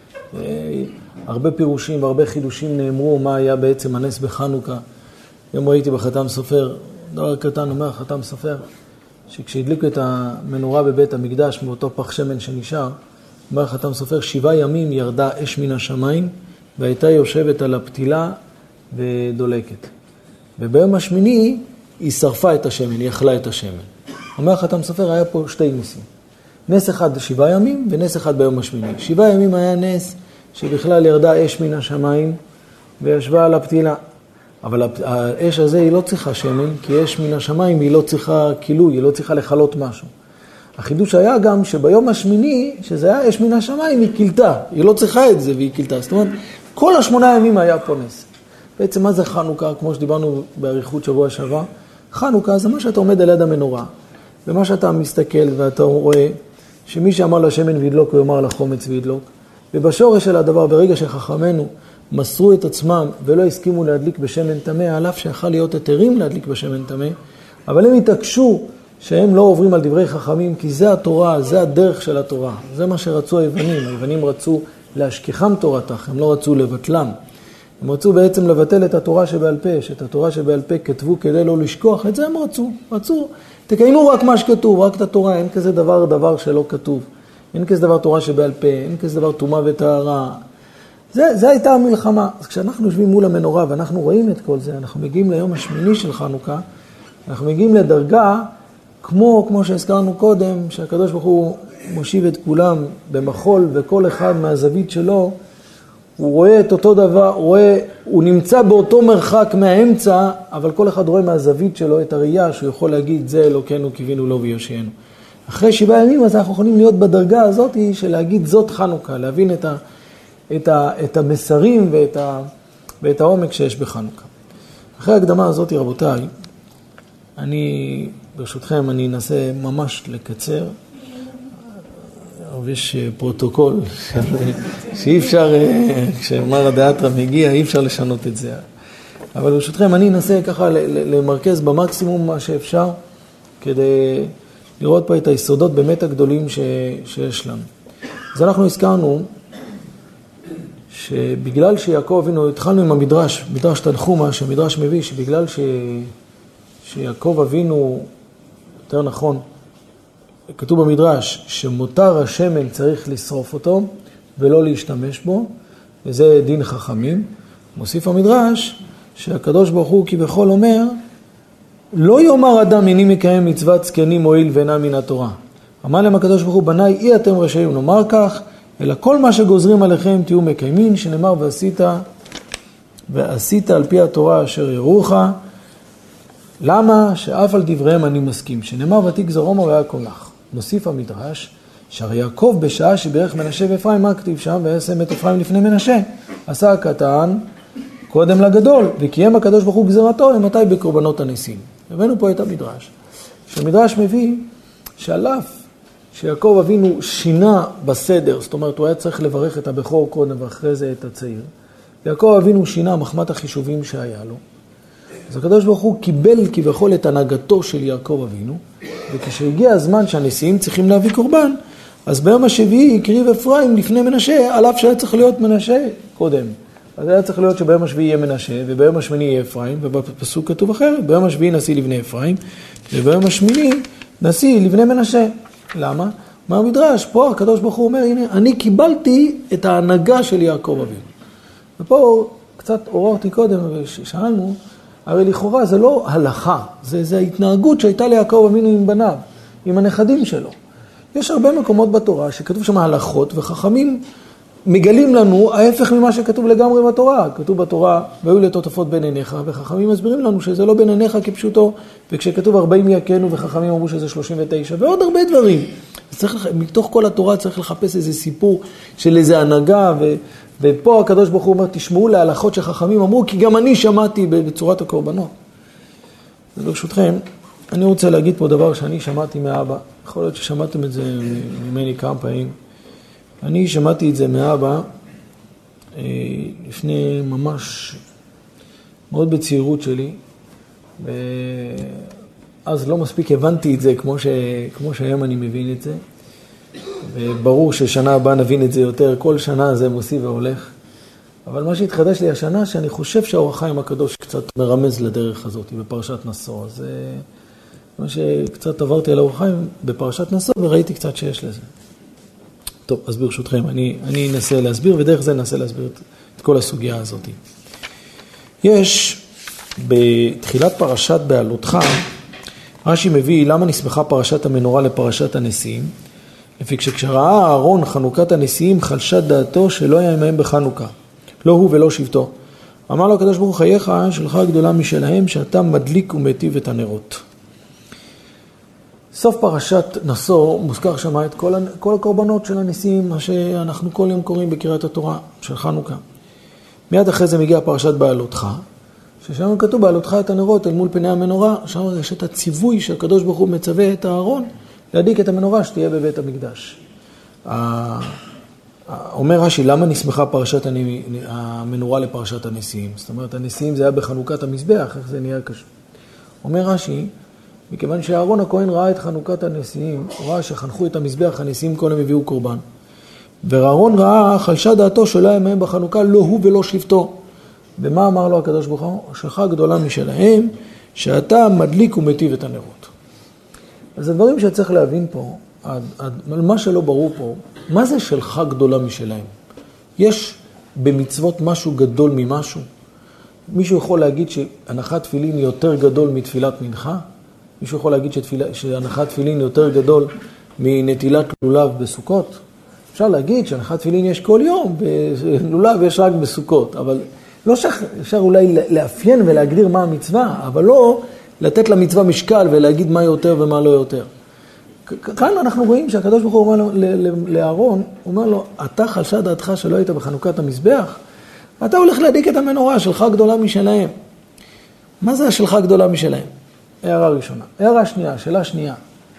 הרבה פירושים והרבה חידושים נאמרו מה היה בעצם הנס בחנוכה. היום ראיתי בחתם סופר, דבר קטן אומר חתם סופר, שכשהדליקו את המנורה בבית המקדש מאותו פח שמן שנשאר, אומר חתם סופר, שבעה ימים ירדה אש מן השמיים, והייתה יושבת על הפתילה ודולקת. וביום השמיני היא שרפה את השמן, היא אכלה את השמן. אומר חתם סופר, היה פה שתי ניסים. נס אחד שבעה ימים ונס אחד ביום השמיני. שבעה ימים היה נס שבכלל ירדה אש מן השמיים וישבה על הפתילה. אבל האש הזה היא לא צריכה שמן, כי אש מן השמיים היא לא צריכה כילוי, היא לא צריכה לחלות משהו. החידוש היה גם שביום השמיני, שזה היה אש מן השמיים, היא קילתה. היא לא צריכה את זה והיא קילתה. זאת אומרת, כל השמונה ימים היה פה נס. בעצם מה זה חנוכה? כמו שדיברנו בעריכות שבוע שעבר, חנוכה זה מה שאתה עומד על יד המנורה, ומה שאתה מסתכל ואתה רואה שמי שאמר לשמן וידלוק, הוא אמר לחומץ וידלוק. ובשורש של הדבר, ברגע שחכמנו מסרו את עצמם ולא הסכימו להדליק בשמן טמא, על אף שיכול להיות היתרים להדליק בשמן טמא, אבל הם התעקשו שהם לא עוברים על דברי חכמים, כי זה התורה, זה הדרך של התורה. זה מה שרצו היוונים. היוונים רצו להשכיחם תורתך, הם לא רצו לבטלם. הם רצו בעצם לבטל את התורה שבעל פה, שאת התורה שבעל פה כתבו כדי לא לשכוח, את זה הם רצו. רצו, תקיימו רק מה שכתוב, רק את התורה, אין כזה דבר, דבר שלא כתוב. אין כזה דבר תורה שבעל פה, אין כזה דבר תומה וטהרה. זה, זה הייתה המלחמה. אז כשאנחנו יושבים מול המנורה ואנחנו רואים את כל זה, אנחנו מגיעים ליום השמיני של חנוכה, אנחנו מגיעים לדרגה, כמו, כמו שהזכרנו קודם, שהקדוש ברוך הוא מושיב את כולם במחול, וכל אחד מהזווית שלו, הוא רואה את אותו דבר, הוא, רואה, הוא נמצא באותו מרחק מהאמצע, אבל כל אחד רואה מהזווית שלו את הראייה, שהוא יכול להגיד, זה אלוקינו, קיווינו לו ויושיענו. אחרי שבעה ימים, אז אנחנו יכולים להיות בדרגה הזאת, של להגיד זאת חנוכה, להבין את, ה, את, ה, את המסרים ואת, ה, ואת העומק שיש בחנוכה. אחרי ההקדמה הזאת, רבותיי, אני, ברשותכם, אני אנסה ממש לקצר, אבל יש פרוטוקול שאי אפשר, כשמר הדאטרה מגיע, אי אפשר לשנות את זה. אבל ברשותכם, אני אנסה ככה למרכז במקסימום מה שאפשר, כדי לראות פה את היסודות באמת הגדולים ש, שיש לנו. אז אנחנו הזכרנו שבגלל שיעקב אבינו, התחלנו עם המדרש, מדרש תנחומה, שהמדרש מביא שבגלל ש, שיעקב אבינו, יותר נכון, כתוב במדרש שמותר השמן צריך לשרוף אותו ולא להשתמש בו, וזה דין חכמים. מוסיף המדרש שהקדוש ברוך הוא כבכל אומר, לא יאמר אדם איני מקיים מצוות זקנים מועיל ואינה מן התורה. אמר להם הקדוש ברוך הוא, בניי אי אתם רשאים לומר כך, אלא כל מה שגוזרים עליכם תהיו מקיימים, שנאמר ועשית, ועשית על פי התורה אשר ירוך. למה? שאף על דבריהם אני מסכים, שנאמר ותגזרומה ויקום לך. מוסיף המדרש, שהרי יעקב בשעה שברך מנשה ואפרים, מה כתיב שם? וישם את אפרים לפני מנשה. עשה הקטן קודם לגדול, וקיים הקדוש ברוך הוא גזרתו למתי בקורבנות הניסים. הבאנו פה את המדרש, שהמדרש מביא שעל אף שיעקב אבינו שינה בסדר, זאת אומרת הוא היה צריך לברך את הבכור קודם ואחרי זה את הצעיר, יעקב אבינו שינה מחמת החישובים שהיה לו, אז הקדוש ברוך הוא קיבל כביכול את הנהגתו של יעקב אבינו, וכשהגיע הזמן שהנשיאים צריכים להביא קורבן, אז ביום השביעי הקריב אפרים לפני מנשה, על אף שהיה צריך להיות מנשה קודם. אז היה צריך להיות שביום השביעי יהיה מנשה, וביום השמיני יהיה אפרים, ובפסוק כתוב אחרת, ביום השביעי נשיא לבני אפרים, וביום השמיני נשיא לבני מנשה. למה? מה המדרש? פה הקדוש ברוך הוא אומר, הנה, אני קיבלתי את ההנהגה של יעקב אבינו. ופה קצת עוררתי קודם ושאלנו, הרי לכאורה זה לא הלכה, זה, זה ההתנהגות שהייתה ליעקב אבינו עם בניו, עם הנכדים שלו. יש הרבה מקומות בתורה שכתוב שם הלכות, וחכמים מגלים לנו ההפך ממה שכתוב לגמרי בתורה. כתוב בתורה, והיו לטוטפות בין עיניך, וחכמים מסבירים לנו שזה לא בין עיניך כפשוטו, וכשכתוב ארבעים יכנו, וחכמים אמרו שזה שלושים ותשע, ועוד הרבה דברים. אז צריך, מתוך כל התורה צריך לחפש איזה סיפור של איזה הנהגה, ו... ופה הקדוש ברוך הוא אומר, תשמעו להלכות שחכמים אמרו, כי גם אני שמעתי בצורת הקורבנות. וברשותכם, אני רוצה להגיד פה דבר שאני שמעתי מאבא. יכול להיות ששמעתם את זה ממני כמה פעמים. אני שמעתי את זה מאבא לפני ממש, מאוד בצעירות שלי, ואז לא מספיק הבנתי את זה כמו, ש... כמו שהיום אני מבין את זה. וברור ששנה הבאה נבין את זה יותר, כל שנה זה מוסיף והולך. אבל מה שהתחדש לי השנה, שאני חושב שהאור החיים הקדוש קצת מרמז לדרך הזאת, בפרשת נשוא. אז מה שקצת עברתי על האור החיים בפרשת נשוא, וראיתי קצת שיש לזה. טוב, אז ברשותכם, אני, אני אנסה להסביר, ודרך זה ננסה להסביר את, את כל הסוגיה הזאת. יש בתחילת פרשת בעלותך, רש"י מביא למה נסמכה פרשת המנורה לפרשת הנשיאים, לפי כשראה אהרון חנוכת הנשיאים חלשה דעתו שלא היה עמהם בחנוכה, לא הוא ולא שבטו. אמר לו הקדוש ברוך הוא, חייך שלך גדולה משלהם שאתה מדליק ומטיב את הנרות. סוף פרשת נשוא מוזכר שם את כל, כל הקורבנות של הנשיאים, מה שאנחנו כל יום קוראים בקריאת התורה של חנוכה. מיד אחרי זה מגיע פרשת בעלותך, ששם כתוב בעלותך את הנרות אל מול פני המנורה, שם יש את הציווי שהקדוש ברוך הוא מצווה את האהרון, להדליק את המנורה שתהיה בבית המקדש. אומר רש"י, למה נסמכה פרשת המנורה לפרשת הנשיאים? זאת אומרת, הנשיאים זה היה בחנוכת המזבח, איך זה נהיה קשור? אומר רש"י, מכיוון שאהרון הכהן ראה את חנוכת הנשיאים, הוא ראה שחנכו את המזבח הנשיאים כל הם הביאו קורבן. ואהרון ראה, חלשה דעתו שלא היה מהם בחנוכה, לא הוא ולא שבטו. ומה אמר לו הקדוש ברוך הוא? השלכה גדולה משלהם, שאתה מדליק ומטיב את הנרות. אז הדברים שצריך להבין פה, מה שלא ברור פה, מה זה שלחה גדולה משלהם? יש במצוות משהו גדול ממשהו? מישהו יכול להגיד שהנחת תפילין יותר גדול מתפילת מנחה? מישהו יכול להגיד שתפילה, שהנחת תפילין יותר גדול מנטילת לולב בסוכות? אפשר להגיד שהנחת תפילין יש כל יום, לולב יש רק בסוכות, אבל לא שח, אפשר אולי לאפיין ולהגדיר מה המצווה, אבל לא לתת למצווה משקל ולהגיד מה יותר ומה לא יותר. כאן אנחנו רואים שהקדוש ברוך הוא אומר לאהרון, הוא אומר לו, אתה חלשה דעתך שלא היית בחנוכת המזבח, אתה הולך להדליק את המנורה, שלך גדולה משלהם. מה זה השלך גדולה משלהם? הערה ראשונה. הערה שנייה, שאלה שנייה.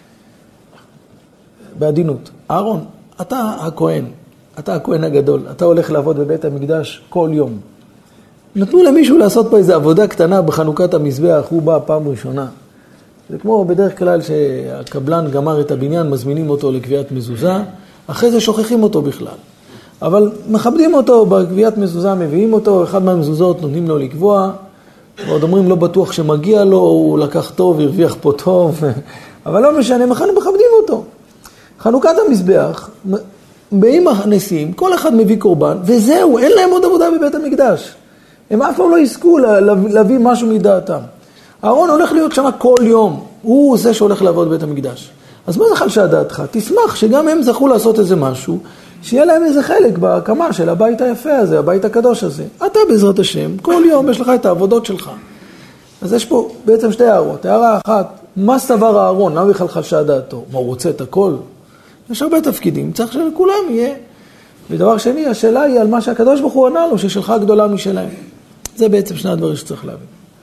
בעדינות. אהרון, אתה הכהן, אתה הכהן הגדול, אתה הולך לעבוד בבית המקדש כל יום. נתנו למישהו לעשות פה איזו עבודה קטנה בחנוכת המזבח, הוא בא פעם ראשונה. זה כמו בדרך כלל שהקבלן גמר את הבניין, מזמינים אותו לקביעת מזוזה, אחרי זה שוכחים אותו בכלל. אבל מכבדים אותו בקביעת מזוזה, מביאים אותו, אחד מהמזוזות נותנים לו לקבוע, ועוד אומרים לא בטוח שמגיע לו, הוא לקח טוב, הרוויח פה טוב, אבל לא משנה, אנחנו מכבדים אותו. חנוכת המזבח, באים הנשיאים, כל אחד מביא קורבן, וזהו, אין להם עוד עבודה בבית המקדש. הם אף פעם לא יזכו להביא משהו מדעתם. אהרון הולך להיות שם כל יום, הוא זה שהולך לעבוד בבית המקדש. אז מה זה חלשה דעתך? תשמח שגם הם זכו לעשות איזה משהו, שיהיה להם איזה חלק בהקמה של הבית היפה הזה, הבית הקדוש הזה. אתה בעזרת השם, כל יום יש לך את העבודות שלך. אז יש פה בעצם שתי הערות. הערה אחת, מה סבר אהרון? למה בכלל חלשה דעתו? מה, הוא רוצה את הכל? יש הרבה תפקידים, צריך שלכולם יהיה. ודבר שני, השאלה היא על מה שהקדוש ברוך הוא ענה לו, ששלחה גדולה משלהם. זה בעצם שני הדברים שצריך להבין.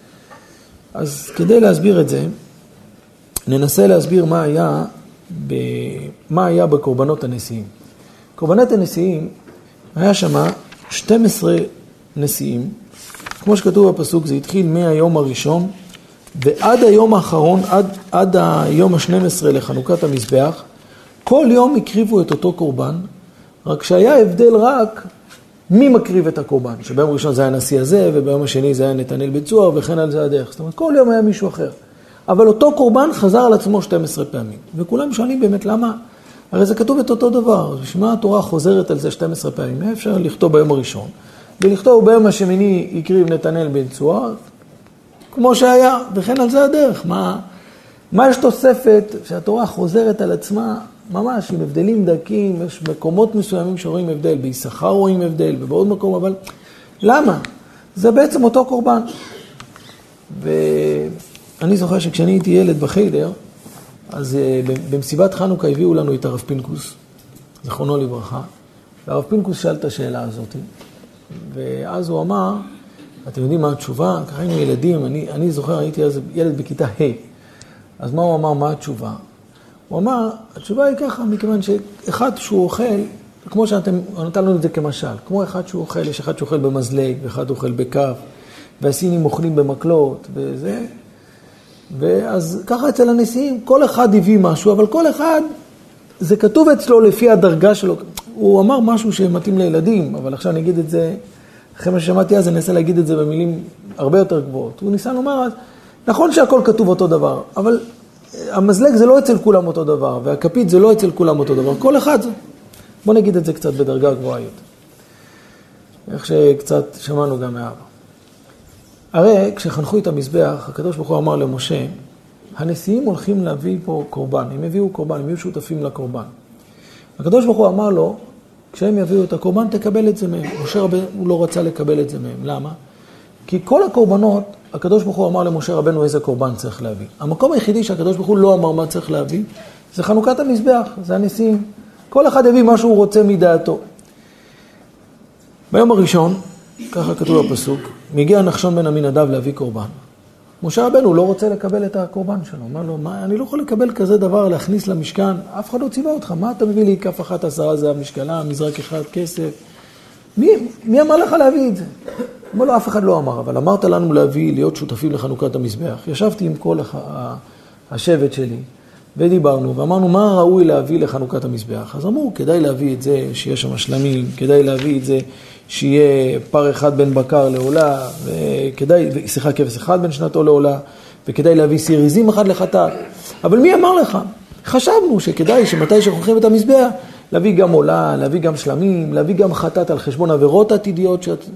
אז כדי להסביר את זה, ננסה להסביר מה היה, ב... מה היה בקורבנות הנשיאים. קורבנות הנשיאים, היה שם שנים עשר נשיאים, כמו שכתוב בפסוק, זה התחיל מהיום הראשון, ועד היום האחרון, עד, עד היום ה-שנים עשר לחנוכת המזבח, כל יום הקריבו את אותו קורבן, רק שהיה הבדל רק מי מקריב את הקורבן, שביום ראשון זה היה הנשיא הזה, וביום השני זה היה נתנאל בית צוהר, וכן על זה הדרך. זאת אומרת, כל יום היה מישהו אחר. אבל אותו קורבן חזר על עצמו שתים עשרה פעמים. וכולם שואלים באמת למה? הרי זה כתוב את אותו דבר. בשביל מה התורה חוזרת על זה שתים עשרה פעמים? מה אפשר לכתוב ביום הראשון? ולכתוב ביום השמיני יקריב נתנאל בית צוהר, כמו שהיה, וכן על זה הדרך. מה, מה יש תוספת שהתורה חוזרת על עצמה? ממש, עם הבדלים דקים, יש מקומות מסוימים שרואים הבדל, ביששכר רואים הבדל, ובעוד מקום, אבל למה? זה בעצם אותו קורבן. ואני זוכר שכשאני הייתי ילד בחיידר, אז במסיבת חנוכה הביאו לנו את הרב פינקוס, זכרונו לברכה, והרב פינקוס שאל את השאלה הזאת, ואז הוא אמר, אתם יודעים מה התשובה? ככה היינו ילדים, אני, אני זוכר, הייתי אז ילד בכיתה ה', אז מה הוא אמר, מה התשובה? הוא אמר, התשובה היא ככה, מכיוון שאחד שהוא אוכל, כמו שאתם נתנו את זה כמשל, כמו אחד שהוא אוכל, יש אחד שאוכל במזלג, ואחד אוכל בכף, והסינים אוכלים במקלות, וזה. ואז ככה אצל הנשיאים, כל אחד הביא משהו, אבל כל אחד, זה כתוב אצלו לפי הדרגה שלו. הוא אמר משהו שמתאים לילדים, אבל עכשיו אני אגיד את זה, אחרי מה ששמעתי אז, אני אנסה להגיד את זה במילים הרבה יותר גבוהות. הוא ניסה לומר אז, נכון שהכל כתוב אותו דבר, אבל המזלג זה לא אצל כולם אותו דבר, והכפית זה לא אצל כולם אותו דבר. כל אחד, בוא נגיד את זה קצת בדרגה גבוהה יותר. איך שקצת שמענו גם מאבא. הרי כשחנכו את המזבח, הקדוש ברוך הוא אמר למשה, הנשיאים הולכים להביא פה קורבן, הם הביאו קורבן, הם יהיו שותפים לקורבן. הקדוש ברוך הוא אמר לו, כשהם יביאו את הקורבן, תקבל את זה מהם. משה רבנו הוא לא רצה לקבל את זה מהם. למה? כי כל הקורבנות, הקדוש ברוך הוא אמר למשה רבנו איזה קורבן צריך להביא. המקום היחידי שהקדוש ברוך הוא לא אמר מה צריך להביא, זה חנוכת המזבח, זה הנשיאים. כל אחד הביא מה שהוא רוצה מדעתו. ביום הראשון, ככה כתוב בפסוק, מגיע נחשון בן עמינדב להביא קורבן. משה רבנו לא רוצה לקבל את הקורבן שלו. אומר לו, מה, אני לא יכול לקבל כזה דבר להכניס למשכן, אף אחד לא ציווה אותך, מה אתה מביא לי כף אחת עשרה, זה המשקלה, מזרק אחד, כסף. מי, מי אמר לך להביא את זה? אמר לו, אף אחד לא אמר, אבל אמרת לנו להביא, להיות שותפים לחנוכת המזבח. ישבתי עם כל השבט שלי, ודיברנו, ואמרנו מה ראוי להביא לחנוכת המזבח. אז אמרו, כדאי להביא את זה שיש שם שלמים, כדאי להביא את זה שיהיה פר אחד בן בקר לעולה, וכדאי, סליחה, כבש אחד בן שנתו לעולה, וכדאי להביא סיריזים אחד לחטאת. אבל מי אמר לך? חשבנו שכדאי שמתי שחוכרים את המזבח, להביא גם עולה, להביא גם שלמים, להביא גם חטאת על חשבון עבירות עתידיות. שאת...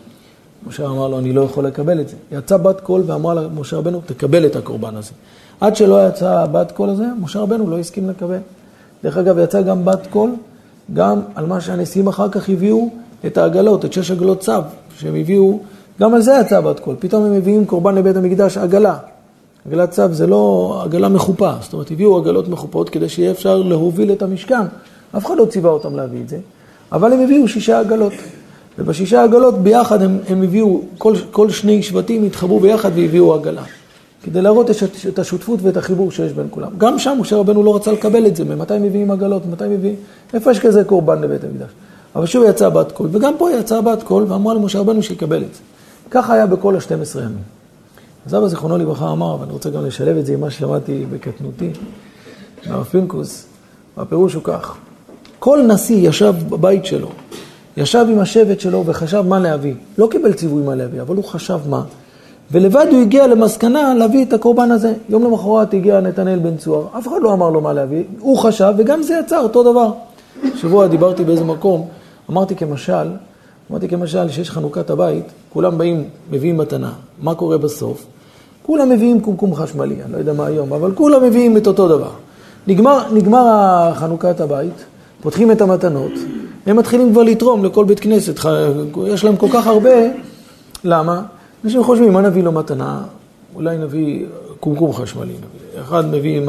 משה אמר לו, אני לא יכול לקבל את זה. יצא בת קול ואמרה למשה רבנו, תקבל את הקורבן הזה. עד שלא יצא בת קול הזה, משה רבנו לא הסכים לקבל. דרך אגב, יצא גם בת קול, גם על מה שהנשיאים אחר כך הביאו את העגלות, את שש עגלות צו, שהם הביאו, גם על זה יצא בת קול. פתאום הם מביאים קורבן לבית המקדש עגלה. עגלת צו זה לא עגלה מחופה, זאת אומרת, הביאו עגלות מחופות כדי שיהיה אפשר להוביל את המשכן. אף אחד לא ציווה אותם להביא את זה, אבל הם הביאו שישה עגלות. ובשישה עגלות ביחד הם, הם הביאו, כל, כל שני שבטים התחברו ביחד והביאו עגלה. כדי להראות את השותפות ואת החיבור שיש בין כולם. גם שם משה רבנו לא רצה לקבל את זה, ממתי מביאים עגלות, מתי מביאים, איפה יש כזה קורבן לבית המקדש. אבל שוב יצא בת קול, וגם פה יצא בת קול, ואמרה למשה רבנו שיקבל את זה. ככה היה בכל ה-שנים עשר ימים. אז אבא זיכרונו לברכה אמר, ואני רוצה גם לשלב את זה עם מה שלמדתי בקטנותי, מהרב פינקוס, והפירוש הוא כך. כל נשיא ישב בבית שלו, ישב עם השבט שלו וחשב מה להביא. לא קיבל ציווי מה להביא, אבל הוא חשב מה. ולבד הוא הגיע למסקנה להביא את הקורבן הזה. יום למחרת הגיע נתנאל בן צוהר, אף אחד לא אמר לו מה להביא, הוא חשב וגם זה יצא אותו דבר. שבוע דיברתי באיזה מקום, אמרתי כמשל, אמרתי כמשל שיש חנוכת הבית, כולם באים, מביאים מתנה. מה קורה בסוף? כולם מביאים קומקום חשמלי, אני לא יודע מה היום, אבל כולם מביאים את אותו דבר. נגמר, נגמר חנוכת הבית, פותחים את המתנות, הם מתחילים כבר לתרום לכל בית כנסת, יש להם כל כך הרבה, למה? אנשים חושבים, מה נביא לו מתנה? אולי נביא קומקום חשמלי, נביא. אחד מביא,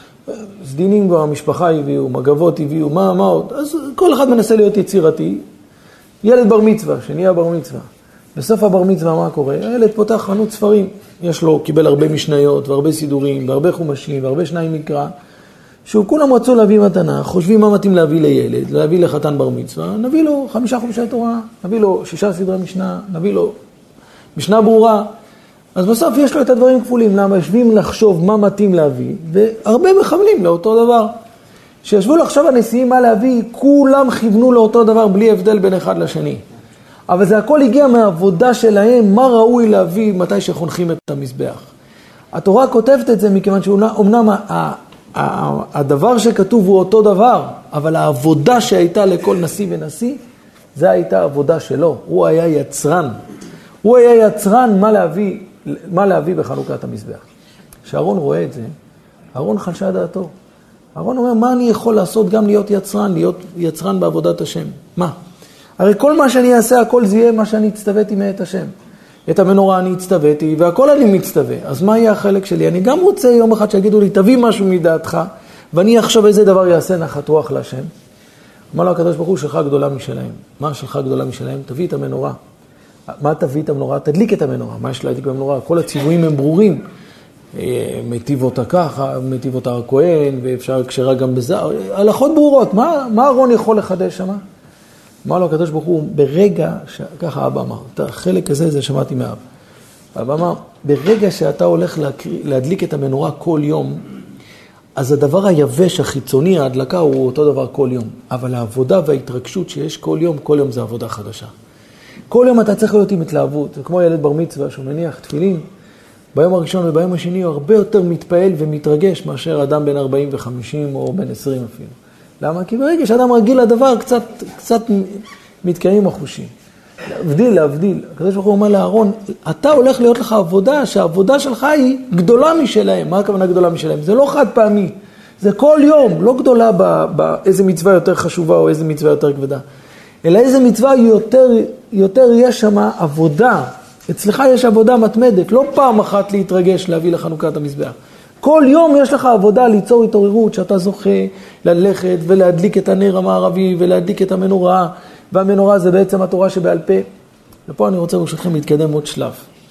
סדינים כבר, המשפחה הביאו, מגבות הביאו, מה, מה עוד? אז כל אחד מנסה להיות יצירתי, ילד בר מצווה, שנהיה בר מצווה. בסוף הבר מצווה מה קורה? הילד פותח חנות ספרים, יש לו, קיבל הרבה משניות והרבה סידורים והרבה חומשים והרבה שניים מקרא, שהוא כולם רצו להביא מתנה, חושבים מה מתאים להביא לילד, להביא לחתן בר מצווה, נביא לו חמישה חומשי תורה, נביא לו שישה סדרי משנה, נביא לו משנה ברורה. אז בסוף יש לו את הדברים כפולים, למה יושבים לחשוב מה מתאים להביא, והרבה מכוונים לאותו דבר. שישבו לחשוב הנשיאים מה להביא, כולם כיוונו לאותו דבר בלי הבדל בין אחד לשני. אבל זה הכל הגיע מהעבודה שלהם, מה ראוי להביא מתי שחונכים את המזבח. התורה כותבת את זה מכיוון שאומנם הדבר שכתוב הוא אותו דבר, אבל העבודה שהייתה לכל נשיא ונשיא, זה הייתה עבודה שלו. הוא היה יצרן. הוא היה יצרן מה להביא, מה להביא בחנוכת המזבח. כשאהרון רואה את זה, אהרון חלשה דעתו. אהרון אומר, מה אני יכול לעשות גם להיות יצרן, להיות יצרן בעבודת השם? מה? הרי כל מה שאני אעשה, הכל זה יהיה מה שאני הצטוויתי מאת השם. את המנורה אני הצטוויתי, והכל אני מצטווה. אז מה יהיה החלק שלי? אני גם רוצה יום אחד שיגידו לי, תביא משהו מדעתך, ואני עכשיו איזה דבר יעשה נחת רוח להשם. אמר לו הקדוש ברוך הוא, שלך גדולה משלהם. מה שלך גדולה משלהם? תביא את המנורה. מה תביא את המנורה? תדליק את המנורה. מה יש להדליק במנורה? כל הציוויים הם ברורים. מטיב אותה ככה, מטיב אותה הכהן, ואפשר קשרה גם בזה. הלכות ברורות. מה, מה אהרון יכול לחדש שם? אמר לו הקדוש ברוך הוא, ברגע, ש... ככה אבא אמר, את החלק הזה זה שמעתי מאב. אבא אמר, ברגע שאתה הולך להקריא, להדליק את המנורה כל יום, אז הדבר היבש, החיצוני, ההדלקה הוא אותו דבר כל יום. אבל העבודה וההתרגשות שיש כל יום, כל יום זה עבודה חדשה. כל יום אתה צריך להיות עם התלהבות. זה כמו ילד בר מצווה שהוא מניח תפילין. ביום הראשון וביום השני הוא הרבה יותר מתפעל ומתרגש מאשר אדם בן ארבעים וחמישים או בן עשרים אפילו. למה? כי ברגע שאדם רגיל לדבר, קצת, קצת מתקיימים החושים. להבדיל, להבדיל. הקדוש ברוך הוא אומר לאהרון, אתה הולך להיות לך עבודה, שהעבודה שלך היא גדולה משלהם. מה הכוונה גדולה משלהם? זה לא חד פעמי. זה כל יום, לא גדולה באיזה מצווה יותר חשובה או איזה מצווה יותר כבדה. אלא איזה מצווה יותר, יותר יש שם עבודה. אצלך יש עבודה מתמדת, לא פעם אחת להתרגש להביא לחנוכת המזבח. כל יום יש לך עבודה ליצור התעוררות שאתה זוכה ללכת ולהדליק את הנר המערבי ולהדליק את המנורה, והמנורה זה בעצם התורה שבעל פה. ופה אני רוצה ברשותכם להתקדם עוד שלב.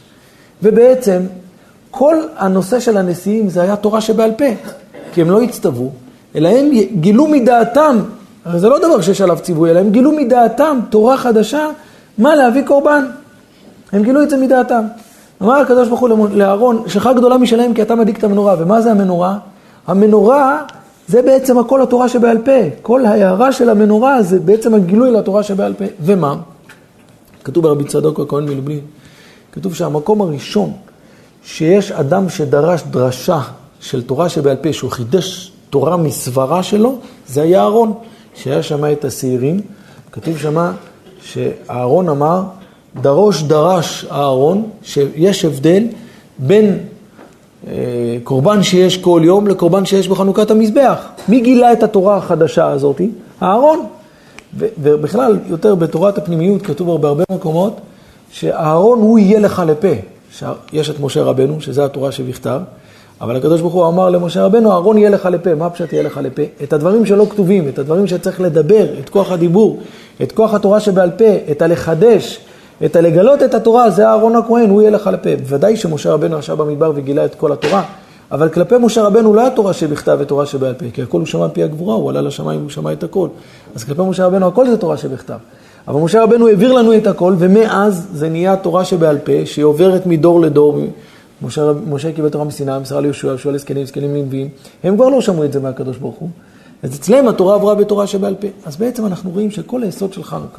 ובעצם כל הנושא של הנשיאים זה היה תורה שבעל פה, כי הם לא הצטוו, אלא הם גילו מדעתם, הרי זה לא דבר שיש עליו ציווי, אלא הם גילו מדעתם תורה חדשה, מה להביא קורבן. הם גילו את זה מדעתם. אמר הקדוש ברוך הוא לאהרון, שלך גדולה משלהם כי אתה מדליק את המנורה. ומה זה המנורה? המנורה זה בעצם הכל התורה שבעל פה. כל ההערה של המנורה זה בעצם הגילוי לתורה שבעל פה. ומה? כתוב ברבי צדוק הכהן מלובלין, כתוב שהמקום הראשון שיש אדם שדרש דרשה של תורה שבעל פה, שהוא חידש תורה מסברה שלו, זה היה אהרון, שהיה שמה את השעירים. כתוב שמה שאהרון אמר, דרוש דרש אהרון, שיש הבדל בין אה, קורבן שיש כל יום לקורבן שיש בחנוכת המזבח. מי גילה את התורה החדשה הזאת? אהרון. ו- ובכלל, יותר בתורת הפנימיות כתוב בהרבה מקומות, שאהרון הוא יהיה לך לפה. יש את משה רבנו, שזה התורה שבכתב, אבל הקדוש ברוך הוא אמר למשה רבנו, אהרון יהיה לך לפה. מה פשוט יהיה לך לפה? את הדברים שלא כתובים, את הדברים שצריך לדבר, את כוח הדיבור, את כוח התורה שבעל פה, את הלחדש, את הלגלות את התורה, זה אהרון הכהן, הוא יהיה לך לפה. בוודאי שמשה רבנו ישב במדבר וגילה את כל התורה, אבל כלפי משה רבנו לא התורה שבכתב ותורה שבעל פה, כי הכל הוא שמע פי הגבורה, הוא עלה לשמיים והוא שמע את הכל. אז כלפי משה רבנו הכל זה תורה שבכתב. אבל משה רבנו העביר לנו את הכל, ומאז זה נהיה תורה שבעל פה, שהיא עוברת מדור לדור. משה, משה קיבל תורה מסיני, מסרה ליהושע, יהושע לזקנים, זקנים לנביאים. הם כבר לא שמעו את זה מהקדוש ברוך הוא. אז אצלם התורה עברה בתורה שבעל פה. אז בעצם אנחנו רואים שכל היסוד של חנוכה,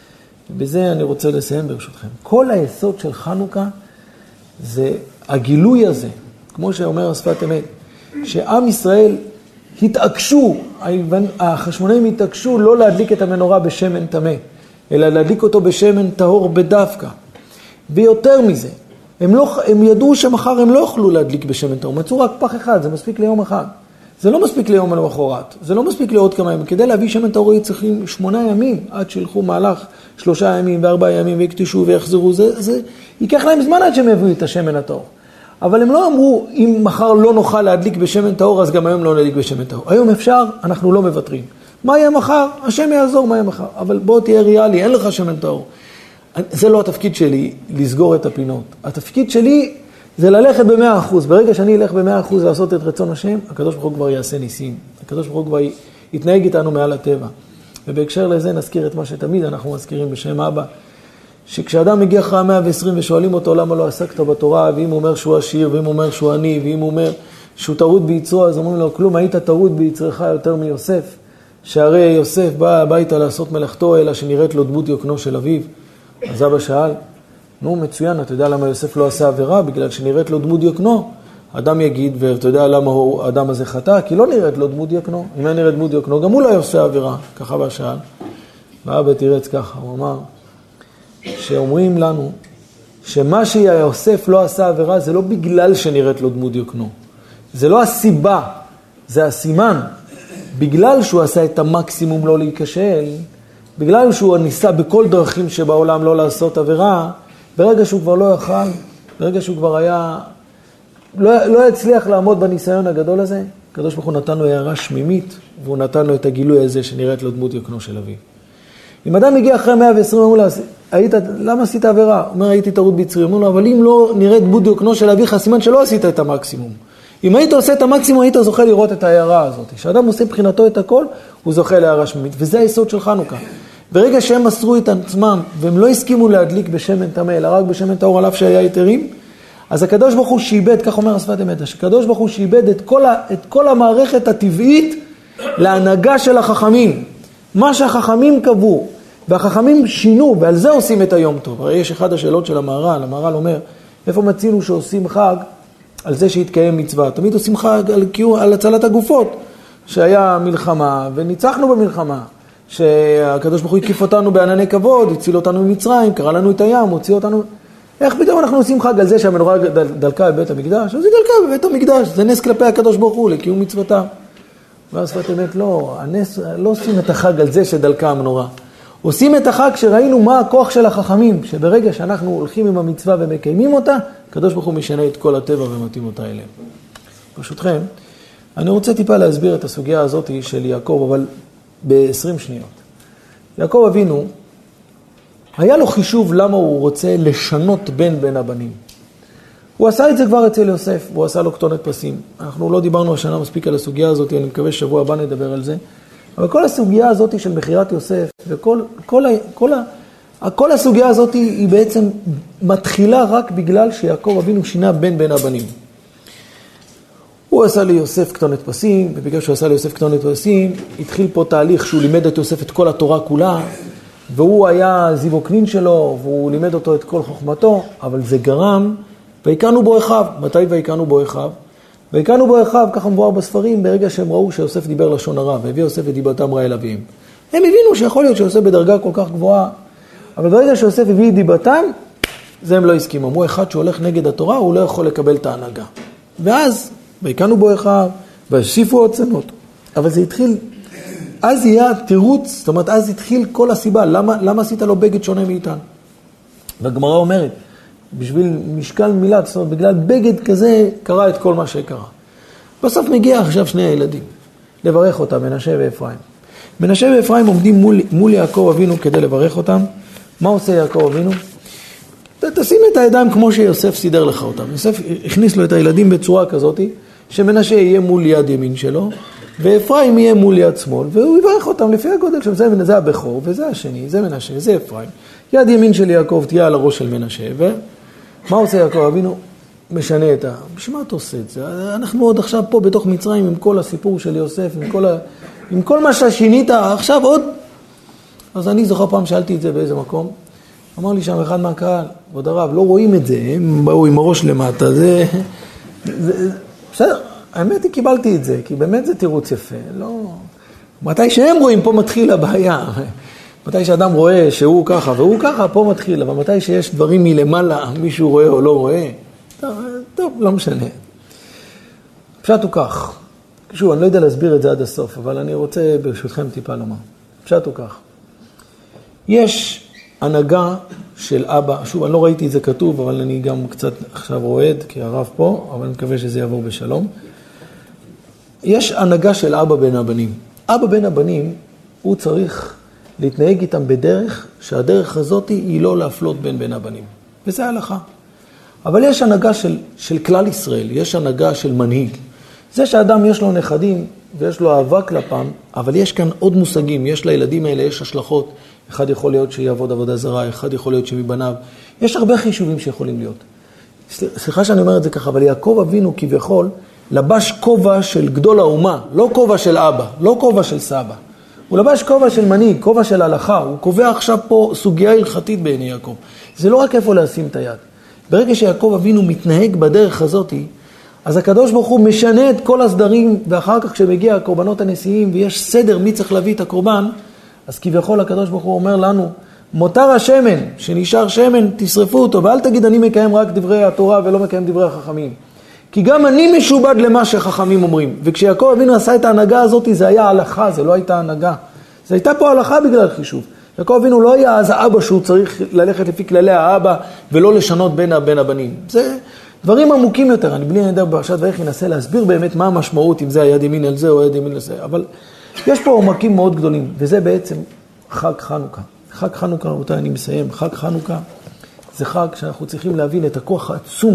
ובזה אני רוצה לסיים ברשותכם, כל היסוד של חנוכה זה הגילוי הזה, כמו שאומר השפת אמת, שעם ישראל התעקשו, החשמונאים התעקשו לא להדליק את המנורה בשמן טמא, אלא להדליק אותו בשמן טהור בדווקא. ויותר מזה, הם, לא, הם ידעו שמחר הם לא יוכלו להדליק בשמן טהור, מצאו רק פח אחד, זה מספיק ליום אחד. זה לא מספיק ליום למחרת, זה לא מספיק לעוד כמה ימים. כדי להביא שמן טהור היו צריכים שמונה ימים, עד שילכו מהלך שלושה ימים וארבעה ימים ויקטישו ויחזרו. זה, זה ייקח להם זמן עד שהם יביאו את השמן הטהור. אבל הם לא אמרו, אם מחר לא נוכל להדליק בשמן טהור, אז גם היום לא נדליק בשמן טהור. היום אפשר, אנחנו לא מוותרים. מה יהיה מחר? השם יעזור מה יהיה מחר. אבל בוא תהיה ריאלי, אין לך שמן טהור. זה לא התפקיד שלי, לסגור את הפינות. התפקיד שלי זה ללכת במאה אחוז. ברגע שאני אלך במאה אחוז לעשות את רצון השם, הקדוש ברוך הוא כבר יעשה ניסים. הקדוש ברוך הוא כבר יתנהג איתנו מעל הטבע. ובהקשר לזה נזכיר את מה שתמיד אנחנו מזכירים בשם אבא, שכשאדם מגיע אחרי מאה ועשרים ושואלים אותו למה לא עסקת בתורה, ואם הוא אומר שהוא עשיר, ואם הוא אומר שהוא עני, ואם הוא אומר שהוא טרוד ביצרו, אז אומרים לו, כלום, היית טרוד ביצרך יותר מיוסף, שהרי יוסף בא הביתה לעשות מלאכתו, אלא שנראית לו דמות יוקנו של אביו. אז אבא שאל, נו מצוין, אתה יודע למה יוסף לא עשה עבירה? בגלל שנראית לו דמות יוקנו. אדם יגיד, ואתה יודע למה הוא, האדם הזה חטא? כי לא נראית לו דמות יוקנו. אם אין נראית דמות יוקנו, גם הוא לא עושה עבירה. ככה אבא שאל. ואבא תירץ ככה, הוא אמר, שאומרים לנו שמה שיוסף לא עשה עבירה זה לא בגלל שנראית לו דמות יוקנו. זה לא הסיבה, זה הסימן. בגלל שהוא עשה את המקסימום לא להיכשל, בגלל שהוא ניסה בכל דרכים שבעולם לא לעשות עבירה, ברגע שהוא כבר לא יכל, ברגע שהוא כבר היה, לא, לא הצליח לעמוד בניסיון הגדול הזה, הקדוש ברוך הוא נתן לו הערה שמימית, והוא נתן לו את הגילוי הזה שנראית לו דמות יוקנו של אביו. אם אדם הגיע אחרי מאה ועשרים, אמרו לו, היית, למה עשית עבירה? הוא אומר, הייתי טרוד ביצרי. אמרו לו, אבל אם לא נראית דמות יוקנו של אביך, סימן שלא עשית את המקסימום. אם היית עושה את המקסימום, היית זוכה לראות את ההערה הזאת. כשאדם עושה מבחינתו את הכל, הוא זוכה להערה שממית. וזה היסוד של חנוכה. ברגע שהם מסרו את עצמם, והם לא הסכימו להדליק בשמן טמא, אלא רק בשמן טהור על אף שהיה יתרים, אז הקדוש ברוך הוא שאיבד, כך אומר השפת אמת, הקדוש ברוך הוא שאיבד את כל, ה, את כל המערכת הטבעית להנהגה של החכמים. מה שהחכמים קבעו, והחכמים שינו, ועל זה עושים את היום טוב. הרי יש אחד השאלות של המהר"ל, המהר"ל אומר, איפה מצינו שעושים חג על זה שהתקיים מצווה? תמיד עושים חג על, על הצלת הגופות, שהיה מלחמה, וניצחנו במלחמה. שהקדוש ברוך הוא הקיף אותנו בענני כבוד, הציל אותנו ממצרים, קרא לנו את הים, הוציא אותנו. איך פתאום אנחנו עושים חג על זה שהמנורה דל, דלקה בבית המקדש? אז היא דלקה בבית המקדש, זה נס כלפי הקדוש ברוך הוא, לקיום מצוותיו. ואז שפת אמת, לא, הנס, לא עושים את החג על זה שדלקה המנורה. עושים את החג שראינו מה הכוח של החכמים, שברגע שאנחנו הולכים עם המצווה ומקיימים אותה, הקדוש ברוך הוא משנה את כל הטבע ומתאים אותה אליהם. ברשותכם, אני רוצה טיפה להסביר את הסוגיה הזאת של יעקב, אבל ב-עשרים שניות. יעקב אבינו, היה לו חישוב למה הוא רוצה לשנות בין בין הבנים. הוא עשה את זה כבר אצל יוסף, והוא עשה לו כתונת פסים. אנחנו לא דיברנו השנה מספיק על הסוגיה הזאת, אני מקווה שבוע הבא נדבר על זה. אבל כל הסוגיה הזאת של מחירת יוסף, וכל כל, כל כל הסוגיה הזאת היא בעצם מתחילה רק בגלל שיעקב אבינו שינה בין בין הבנים. הוא עשה ליוסף כתונת פסים, ובגלל שהוא עשה ליוסף כתונת פסים, התחיל פה תהליך שהוא לימד את יוסף את כל התורה כולה, והוא היה זיו הקנין שלו, והוא לימד אותו את כל חוכמתו, אבל זה גרם, ויקנו בו אחיו. מתי ויקנו בו אחיו? ויקנו בו אחיו, ככה מבואר בספרים, ברגע שהם ראו שיוסף דיבר לשון הרע, והביא יוסף את דיבתם רעה אל אביהם. הם הבינו שיכול להיות שיוסף בדרגה כל כך גבוהה, אבל ברגע שיוסף הביא את דיבתם, זה הם לא הסכימו. אמרו, אחד שהולך נגד התורה, הוא לא יכול לקבל את ההנהגה. ואז, ויקנו בו אחיו, והוסיפו עוד צנות. אבל זה התחיל, אז יהיה תירוץ, זאת אומרת, אז התחיל כל הסיבה, למה, למה עשית לו בגד שונה מאיתן? והגמרא אומרת, בשביל משקל מילה, זאת אומרת, בגלל בגד כזה, קרה את כל מה שקרה. בסוף מגיע עכשיו שני הילדים, לברך אותם, מנשה ואפרים. מנשה ואפרים עומדים מול, מול יעקב אבינו כדי לברך אותם. מה עושה יעקב אבינו? תשים את הידיים כמו שיוסף סידר לך אותם. יוסף הכניס לו את הילדים בצורה כזאת, שמנשה יהיה מול יד ימין שלו, ואפרים יהיה מול יד שמאל, והוא יברך אותם לפי הגודל שם. זה, זה הבכור, וזה השני, זה מנשה, זה אפרים. יד ימין של יעקב תהיה על הראש של מנשה, ומה עושה יעקב אבינו? משנה את ה... בשביל מה אתה עושה את זה? אנחנו עוד עכשיו פה בתוך מצרים עם כל הסיפור של יוסף, עם כל, ה... עם כל מה ששינית, עכשיו עוד... אז אני זוכר פעם שאלתי את זה באיזה מקום, אמר לי שם אחד מהקהל, עוד הרב, לא רואים את זה, הם באו עם הראש למטה, זה... זה... בסדר, האמת היא קיבלתי את זה, כי באמת זה תירוץ יפה, לא... מתי שהם רואים, פה מתחיל הבעיה. מתי שאדם רואה שהוא ככה והוא ככה, פה מתחיל, אבל מתי שיש דברים מלמעלה, מישהו רואה או לא רואה, טוב, טוב לא משנה. פשט הוא כך. שוב, אני לא יודע להסביר את זה עד הסוף, אבל אני רוצה ברשותכם טיפה לומר. פשט הוא כך. יש הנהגה של אבא, שוב, אני לא ראיתי את זה כתוב, אבל אני גם קצת עכשיו רועד, כי הרב פה, אבל אני מקווה שזה יעבור בשלום. יש הנהגה של אבא בין הבנים. אבא בין הבנים, הוא צריך להתנהג איתם בדרך, שהדרך הזאת היא לא להפלות בין בין הבנים. וזה ההלכה. אבל יש הנהגה של, של כלל ישראל, יש הנהגה של מנהיג. זה שאדם יש לו נכדים ויש לו אהבה כלפם, אבל יש כאן עוד מושגים, יש לילדים האלה, יש השלכות. אחד יכול להיות שיעבוד עבודה זרה, אחד יכול להיות שמבניו. יש הרבה חישובים שיכולים להיות. סליחה שאני אומר את זה ככה, אבל יעקב אבינו כביכול לבש כובע של גדול האומה, לא כובע של אבא, לא כובע של סבא. הוא לבש כובע של מנהיג, כובע של הלכה, הוא קובע עכשיו פה סוגיה הלכתית בעיני יעקב. זה לא רק איפה לשים את היד. ברגע שיעקב אבינו מתנהג בדרך הזאת, אז הקדוש ברוך הוא משנה את כל הסדרים, ואחר כך כשמגיע הקורבנות הנשיאים ויש סדר מי צריך להביא את הקורבן, אז כביכול הקדוש ברוך הוא אומר לנו, מותר השמן, שנשאר שמן, תשרפו אותו, ואל תגיד אני מקיים רק דברי התורה ולא מקיים דברי החכמים. כי גם אני משובד למה שחכמים אומרים. וכשיעקב אבינו עשה את ההנהגה הזאת, זה היה הלכה, זה לא הייתה הנהגה. זה הייתה פה הלכה בגלל חישוב. יעקב אבינו לא היה אז האבא שהוא צריך ללכת לפי כללי האבא, ולא לשנות בין, בין הבנים. זה דברים עמוקים יותר. אני בלי נדע בפרשת ואיך ינסה להסביר באמת מה המשמעות, אם זה היד ימין על זה או היד ימין על זה. אבל יש פה עומקים מאוד גדולים, וזה בעצם חג חנוכה. חג חנוכה, אותה אני מסיים, חג חנוכה זה חג שאנחנו צריכים להבין את הכוח העצום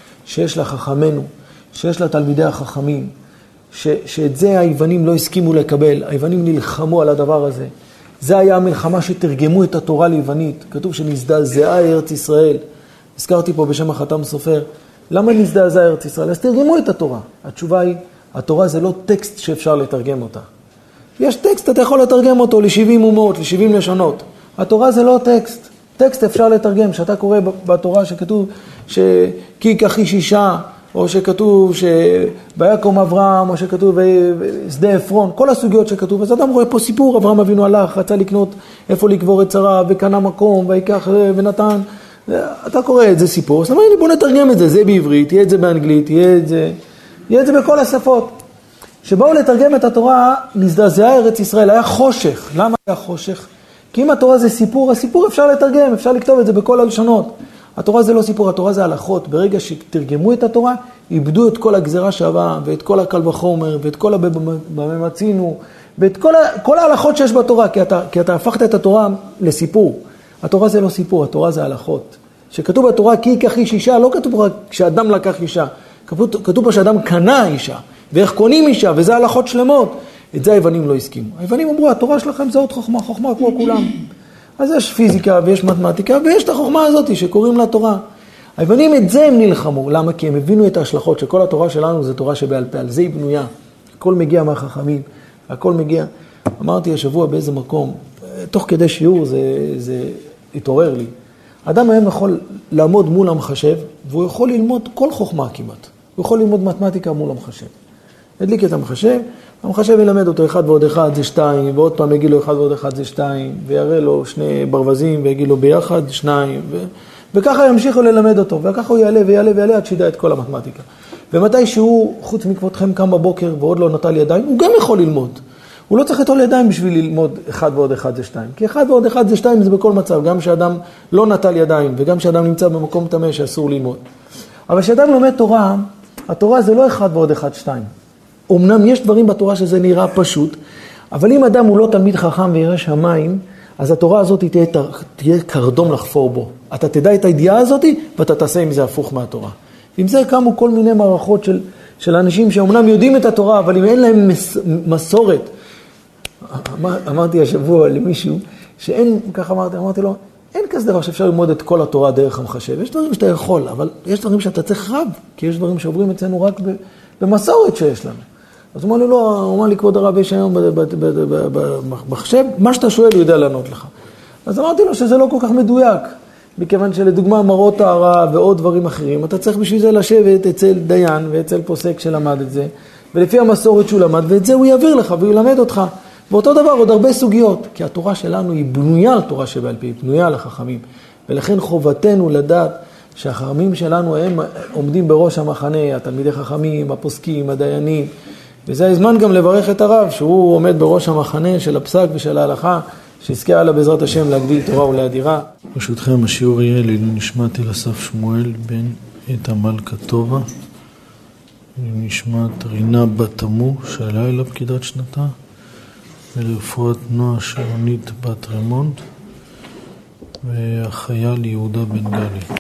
שיש לחכמנו, שיש לתלמידי החכמים, ש, שאת זה היוונים לא הסכימו לקבל, היוונים נלחמו על הדבר הזה. זה היה המלחמה שתרגמו את התורה ליוונית, כתוב שנזדעזעה ארץ ישראל. הזכרתי פה בשם החתם סופר, למה נזדעזעה ארץ ישראל? אז תרגמו את התורה. התשובה היא, התורה זה לא טקסט שאפשר לתרגם אותה. יש טקסט, אתה יכול לתרגם אותו ל-שבעים אומות, ל-שבעים לשונות. התורה זה לא טקסט. טקסט אפשר לתרגם, שאתה קורא בתורה שכתוב ש"כי ייקח איש אישה", או שכתוב שביקום אברהם, או שכתוב שדה עפרון, כל הסוגיות שכתוב. אז אדם רואה פה סיפור, אברהם אבינו הלך, רצה לקנות איפה לקבור את שרה, וקנה מקום, ויקח ונתן. אתה קורא את זה סיפור, אז אמר לי בוא נתרגם את זה, זה בעברית, יהיה את זה באנגלית, יהיה את זה, יהיה את זה בכל השפות. שבאו לתרגם את התורה, נזדעזעה ארץ ישראל, היה חושך. למה היה חושך? כי אם התורה זה סיפור, הסיפור אפשר לתרגם, אפשר לכתוב את זה בכל הלשונות. התורה זה לא סיפור, התורה זה הלכות. ברגע שתרגמו את התורה, איבדו את כל הגזרה שווה, ואת כל הקל וחומר, ואת כל הבממצינו, ואת כל, ה... כל ההלכות שיש בתורה, כי אתה, כי אתה הפכת את התורה לסיפור. התורה זה לא סיפור, התורה זה הלכות. שכתוב בתורה, כי ייקח איש אישה, לא כתוב רק כשאדם לקח אישה. כתוב, כתוב פה שאדם קנה אישה, ואיך קונים אישה, וזה הלכות שלמות. את זה היוונים לא הסכימו. היוונים אמרו, התורה שלכם זה עוד חוכמה, חוכמה כמו כולם. אז יש פיזיקה ויש מתמטיקה ויש את החוכמה הזאת שקוראים לה תורה. היוונים את זה הם נלחמו. למה? כי הם הבינו את ההשלכות שכל התורה שלנו זה תורה שבעל פה, על זה היא בנויה. הכל מגיע מהחכמים, הכל מגיע. אמרתי השבוע באיזה מקום, תוך כדי שיעור זה, זה התעורר לי. אדם היום יכול לעמוד מול המחשב, והוא יכול ללמוד כל חוכמה כמעט. הוא יכול ללמוד מתמטיקה מול המחשב. הדליק את המחשב, המחשב ילמד אותו אחד ועוד אחד זה שתיים, ועוד פעם יגיד לו אחד ועוד אחד זה שתיים, ויראה לו שני ברווזים ויגיד לו ביחד שניים, ו... וככה ימשיכו ללמד אותו, וככה הוא יעלה ויעלה ויעלה עד שידע את כל המתמטיקה. ומתי שהוא, חוץ מכבודכם, קם בבוקר ועוד לא נטל ידיים, הוא גם יכול ללמוד. הוא לא צריך לטול ידיים בשביל ללמוד אחד ועוד אחד זה שתיים. כי אחד ועוד אחד זה שתיים זה בכל מצב, גם שאדם לא נטל ידיים, וגם שאדם נמצא במקום טמא שאסור ללמוד. אבל כשאדם לומד תורה, התורה זה לא אחד ועוד אחד שתיים. אמנם יש דברים בתורה שזה נראה פשוט, אבל אם אדם הוא לא תלמיד חכם וירא שמיים, אז התורה הזאת תהיה, תהיה קרדום לחפור בו. אתה תדע את הידיעה הזאת, ואתה תעשה עם זה הפוך מהתורה. עם זה קמו כל מיני מערכות של, של אנשים שאומנם יודעים את התורה, אבל אם אין להם מס, מסורת. אמר, אמרתי השבוע למישהו, שאין, ככה אמרתי, אמרתי לו, אין כזה דבר שאפשר ללמוד את כל התורה דרך המחשב. יש דברים שאתה יכול, אבל יש דברים שאתה צריך רב, כי יש דברים שעוברים אצלנו רק במסורת שיש לנו. אז הוא אמר לי, לא, הוא אמר לי, כבוד הרב, יש היום במחשב, מה שאתה שואל הוא יודע לענות לך. אז אמרתי לו שזה לא כל כך מדויק, מכיוון שלדוגמה מראות הערה ועוד דברים אחרים, אתה צריך בשביל זה לשבת אצל דיין ואצל פוסק שלמד את זה, ולפי המסורת שהוא למד, ואת זה הוא יעביר לך והוא ילמד אותך. ואותו דבר, עוד הרבה סוגיות, כי התורה שלנו היא בנויה על תורה שבעל פה, היא בנויה על החכמים, ולכן חובתנו לדעת שהחכמים שלנו הם עומדים בראש המחנה, התלמידי חכמים, הפוסקים, הדיינים, וזה הזמן גם לברך את הרב, שהוא עומד בראש המחנה של הפסק ושל ההלכה, שיזכה עלה בעזרת השם להגדיל תורה ולהדירה. ברשותכם, השיעור יהיה לעילוי נשמת אליסף שמואל בן איתה מלכה טובה, נשמת רינה בת תמו שהלילה פקידת שנתה, ולרפואת נועה שרונית בת רמונד, והחייל יהודה בן גלי.